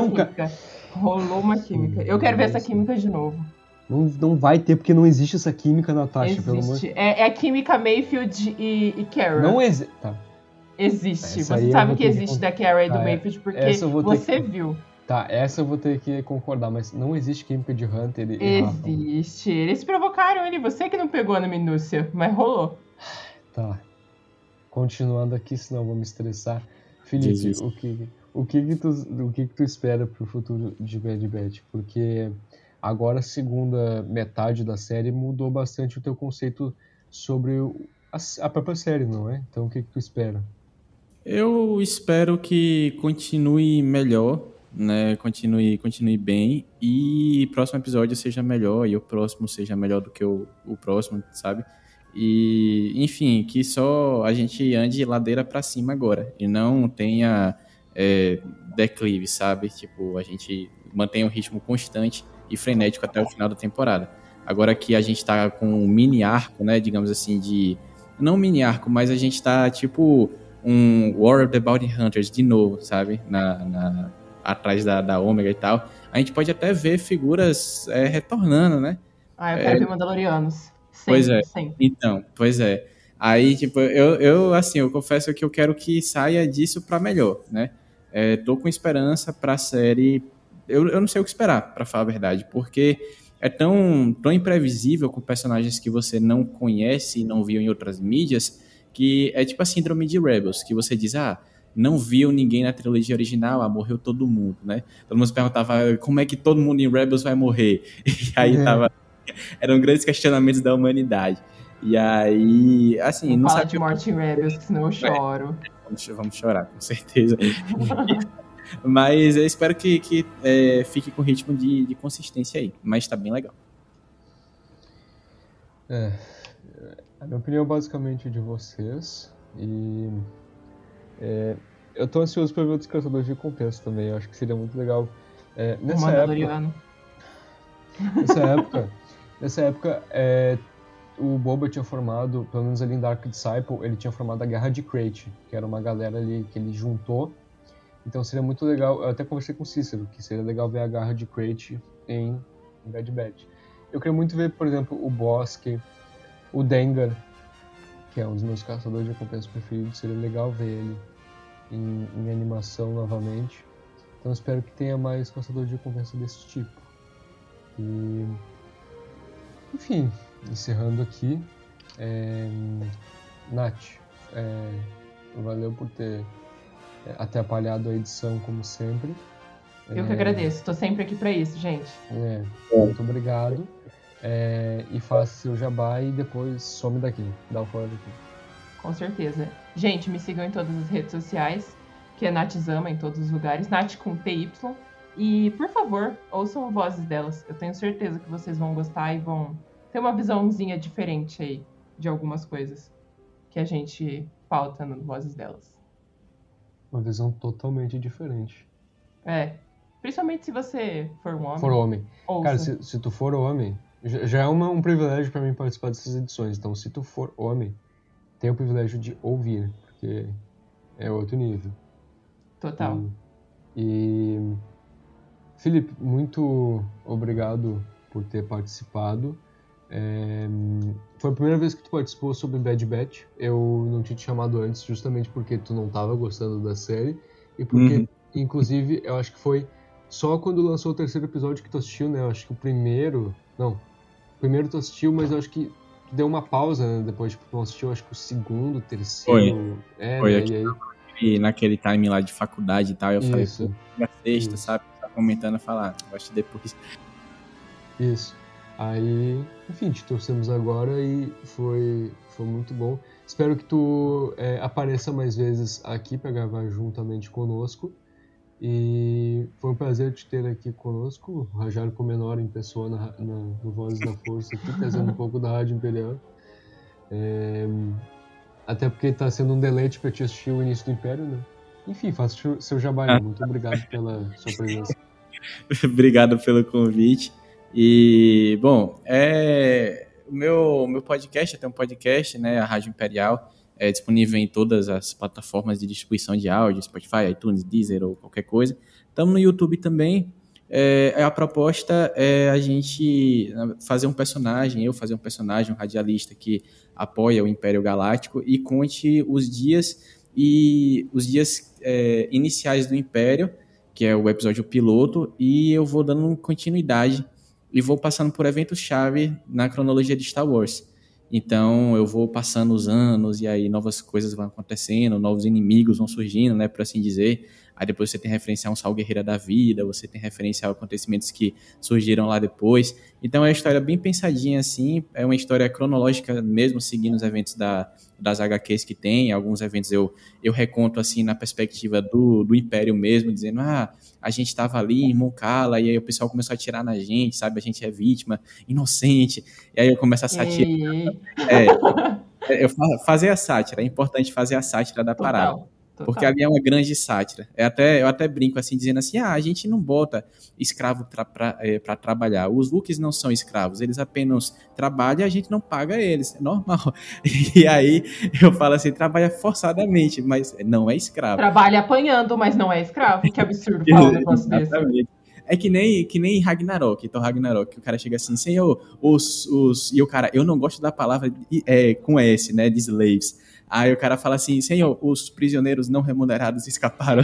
Speaker 4: Rolou uma química. Eu quero ver essa química de novo.
Speaker 3: Não vai ter, porque não existe essa química, Natasha, pelo amor.
Speaker 4: É a química Mayfield e Cara.
Speaker 3: Não existe. Tá.
Speaker 4: Existe. Você sabe que existe da Cara e do Mayfield, porque você viu.
Speaker 3: Tá, essa eu vou ter que concordar, mas não existe química de Hunter e Rafa.
Speaker 4: Existe. Eles provocaram ele, você que não pegou na minúcia, mas rolou.
Speaker 3: Tá. Continuando aqui, senão eu vou me estressar. Felipe, o que tu espera pro futuro de Bad Batch? Porque agora a segunda metade da série mudou bastante o teu conceito sobre a própria série, não é? Então o que tu espera?
Speaker 5: Eu espero que continue melhor, né? Continue bem e o próximo episódio seja melhor e o próximo seja melhor do que o próximo, sabe? E, enfim, que só a gente ande ladeira pra cima agora e não tenha declive, sabe? Tipo, a gente mantenha um ritmo constante e frenético até o final da temporada. Agora que a gente tá com um mini arco, né? Digamos assim, não mini arco, mas a gente tá tipo um War of the Bounty Hunters de novo, sabe? Atrás da Ômega e tal. A gente pode até ver figuras retornando, né?
Speaker 4: Eu quero ver Mandalorianos. Sempre.
Speaker 5: Então, pois é. Aí, tipo, eu confesso que eu quero que saia disso pra melhor, né? Tô com esperança pra série. Eu não sei o que esperar, pra falar a verdade, porque é tão imprevisível com personagens que você não conhece e não viu em outras mídias, que é tipo a síndrome de Rebels, que você diz, não viu ninguém na trilogia original, morreu todo mundo, né? Todo mundo se perguntava como é que todo mundo em Rebels vai morrer. E aí eram grandes questionamentos da humanidade. E aí, assim...
Speaker 4: Não fala de morte em Rebels, senão eu choro.
Speaker 5: Vamos chorar, com certeza. Mas eu espero que fique com ritmo de consistência aí. Mas tá bem legal.
Speaker 3: A minha opinião basicamente é de vocês. E eu tô ansioso pra ver outros caçadores de recompensa também. Eu acho que seria muito legal. Nessa época, o Boba tinha formado, pelo menos ali em Dark Disciple, ele tinha formado a Guerra de Krayt, que era uma galera ali que ele juntou. Então seria muito legal, eu até conversei com o Cícero, que seria legal ver a Guerra de Krayt em Bad Batch. Eu queria muito ver, por exemplo, o Bosque, o Dengar, que é um dos meus caçadores de recompensa preferidos, seria legal ver ele em animação novamente. Então espero que tenha mais caçadores de recompensa desse tipo. E... enfim, encerrando aqui, Nath, valeu por ter atrapalhado a edição como sempre.
Speaker 4: Eu que agradeço, tô sempre aqui pra isso, gente.
Speaker 3: Muito obrigado. E faça seu jabá e depois some daqui, dá o fora daqui.
Speaker 4: Com certeza. Gente, me sigam em todas as redes sociais, que é Nathzama em todos os lugares, Nath com TY. E, por favor, ouçam vozes delas. Eu tenho certeza que vocês vão gostar e vão ter uma visãozinha diferente aí de algumas coisas que a gente pauta no Vozes Delas.
Speaker 3: Uma visão totalmente diferente.
Speaker 4: Principalmente se você for um homem.
Speaker 3: For homem.
Speaker 4: Ouça.
Speaker 3: Cara, se tu for homem, já é um privilégio pra mim participar dessas edições. Então, se tu for homem, tenho o privilégio de ouvir, porque é outro nível.
Speaker 4: Total.
Speaker 3: E Felipe, muito obrigado por ter participado. Foi a primeira vez que tu participou sobre Bad Batch. Eu não tinha te chamado antes justamente porque tu não estava gostando da série e porque, inclusive, eu acho que foi só quando lançou o terceiro episódio que tu assistiu, né? Eu acho que o primeiro tu assistiu, mas eu acho que tu deu uma pausa, né? Depois, tipo, tu não assistiu, acho que o segundo, o terceiro...
Speaker 5: Foi
Speaker 3: né?
Speaker 5: aqui,
Speaker 3: E aí...
Speaker 5: e naquele time lá de faculdade e tal, eu falei,
Speaker 3: Isso.
Speaker 5: pô, na sexta, sabe? Tá comentando, falar, gosto depois.
Speaker 3: Isso. Aí, enfim, te trouxemos agora e foi muito bom. Espero que tu apareça mais vezes aqui para gravar juntamente conosco. E foi um prazer te ter aqui conosco, o Rajaro Comenor em pessoa no Vozes da Força aqui, trazendo um pouco da Rádio Imperial. Até porque está sendo um deleite para te assistir o início do Império, né? Enfim, faça o seu jabá. Muito obrigado pela sua presença.
Speaker 5: Obrigado pelo convite. E, bom, o meu podcast, tem um podcast, né, a Rádio Imperial, é disponível em todas as plataformas de distribuição de áudio, Spotify, iTunes, Deezer ou qualquer coisa. Estamos no YouTube também. A proposta é a gente fazer um personagem, um radialista que apoia o Império Galáctico e conte os dias iniciais do Império, que é o episódio piloto, e eu vou dando continuidade e vou passando por eventos-chave na cronologia de Star Wars. Então, eu vou passando os anos e aí novas coisas vão acontecendo, novos inimigos vão surgindo, né, por assim dizer. Aí depois você tem referência a um Sal Guerreira da Vida, você tem referência a acontecimentos que surgiram lá depois. Então, é uma história bem pensadinha, assim, é uma história cronológica mesmo, seguindo os eventos das HQs que tem. Alguns eventos eu reconto, assim, na perspectiva do Império mesmo, dizendo, a gente estava ali em Mon Cala, e aí o pessoal começou a atirar na gente, sabe? A gente é vítima, inocente. E aí eu começo a satirar. Fazer a sátira, é importante fazer a sátira da parada.
Speaker 4: Total.
Speaker 5: Porque ali é uma grande sátira. Eu até brinco assim, dizendo assim, a gente não bota escravo para trabalhar. Os Wookiees não são escravos, eles apenas trabalham e a gente não paga eles, é normal. E aí eu falo assim, trabalha forçadamente, mas não é escravo.
Speaker 4: Trabalha apanhando, mas não é escravo. Que absurdo falar um negócio desse.
Speaker 5: É que nem Ragnarok, então Ragnarok, o cara chega assim, Senhor, e o cara, eu não gosto da palavra com S, né, de slaves. Aí o cara fala assim, Senhor, os prisioneiros não remunerados escaparam.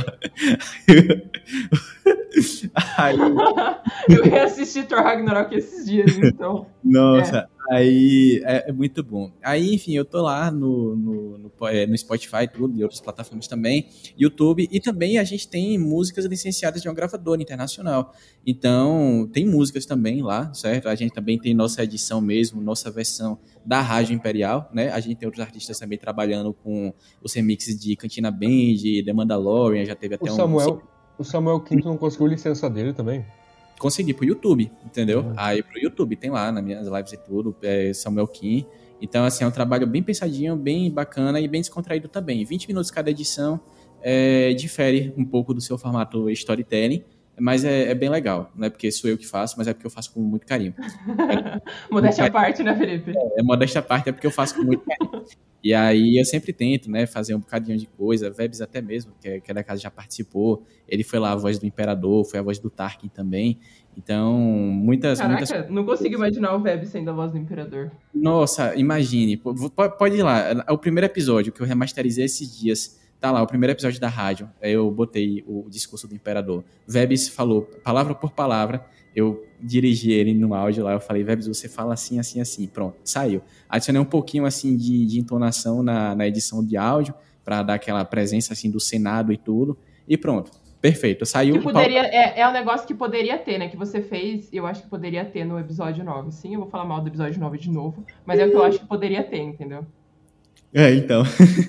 Speaker 5: Aí...
Speaker 4: Eu reassisti Thor Ragnarok esses dias, então.
Speaker 5: Nossa, aí é muito bom. Aí, enfim, eu tô lá no Spotify, tudo, e outras plataformas também, YouTube, e também a gente tem músicas licenciadas de uma gravadora internacional. Então, tem músicas também lá, certo? A gente também tem nossa edição mesmo, nossa versão da Rádio Imperial, né? A gente tem outros artistas também trabalhando com os remixes de Cantina Band, The Mandalorian, já teve até
Speaker 3: O Samuel Quinto não conseguiu licença dele também?
Speaker 5: Consegui pro YouTube, entendeu? Aí pro YouTube tem lá, nas minhas lives e tudo, Samuel Kim. Então, assim, é um trabalho bem pensadinho, bem bacana e bem descontraído também. 20 minutos cada edição, difere um pouco do seu formato storytelling, mas é bem legal. Não é porque sou eu que faço, mas é porque eu faço com muito carinho.
Speaker 4: Modéstia à parte, né, Felipe?
Speaker 5: Modéstia à parte, é porque eu faço com muito carinho. E aí eu sempre tento, né, fazer um bocadinho de coisa. Vebs até mesmo, que é da casa, já participou. Ele foi lá a voz do Imperador, foi a voz do Tarkin também. Então, muitas...
Speaker 4: não consigo imaginar o Vebs sendo a voz do Imperador.
Speaker 5: Nossa, imagine. Pode ir lá. É o primeiro episódio que eu remasterizei esses dias. Tá lá, o primeiro episódio da rádio. Eu botei o discurso do Imperador. Vebs falou, palavra por palavra. Eu dirigi ele no áudio lá, eu falei, Vebs, você fala assim, assim, assim. Pronto, saiu. Adicionei um pouquinho, assim, de entonação na edição de áudio, para dar aquela presença, assim, do Senado e tudo. E pronto, perfeito. Saiu...
Speaker 4: É um negócio que poderia ter, né? Que você fez, eu acho que poderia ter no episódio 9. Sim, eu vou falar mal do episódio 9 de novo, mas é o que eu acho que poderia ter, entendeu?
Speaker 5: Então.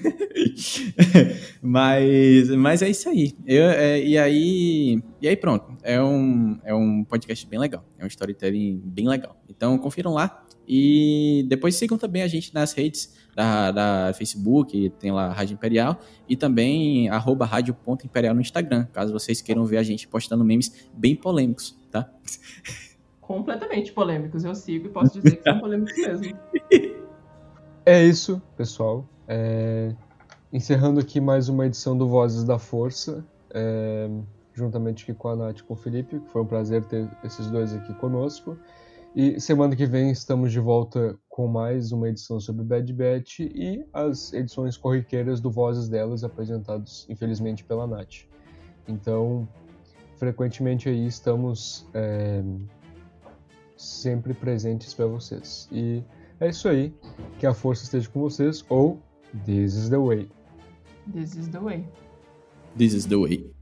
Speaker 5: mas é isso aí. E aí pronto. É um podcast bem legal. É um storytelling bem legal. Então confiram lá. E depois sigam também a gente nas redes da Facebook, tem lá a Rádio Imperial, e também @radio.imperial no Instagram, caso vocês queiram ver a gente postando memes bem polêmicos, tá?
Speaker 4: Completamente polêmicos. Eu sigo e posso dizer que são polêmicos mesmo.
Speaker 3: É isso, pessoal. Encerrando aqui mais uma edição do Vozes da Força, juntamente aqui com a Nath e com o Felipe, que foi um prazer ter esses dois aqui conosco. E semana que vem estamos de volta com mais uma edição sobre Bad Batch e as edições corriqueiras do Vozes delas, apresentados, infelizmente, pela Nath. Então, frequentemente aí estamos sempre presentes para vocês. E é isso aí. Que a força esteja com vocês, ou This is the way.
Speaker 4: This is the way.
Speaker 5: This is the way.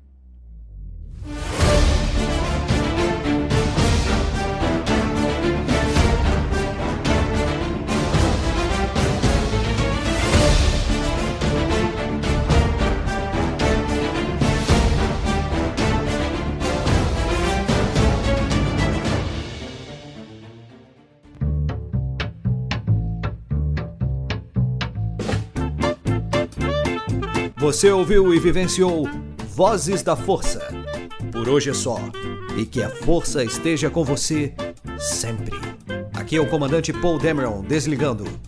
Speaker 1: Você ouviu e vivenciou Vozes da Força. Por hoje é só. E que a força esteja com você sempre. Aqui é o comandante Paul Dameron desligando.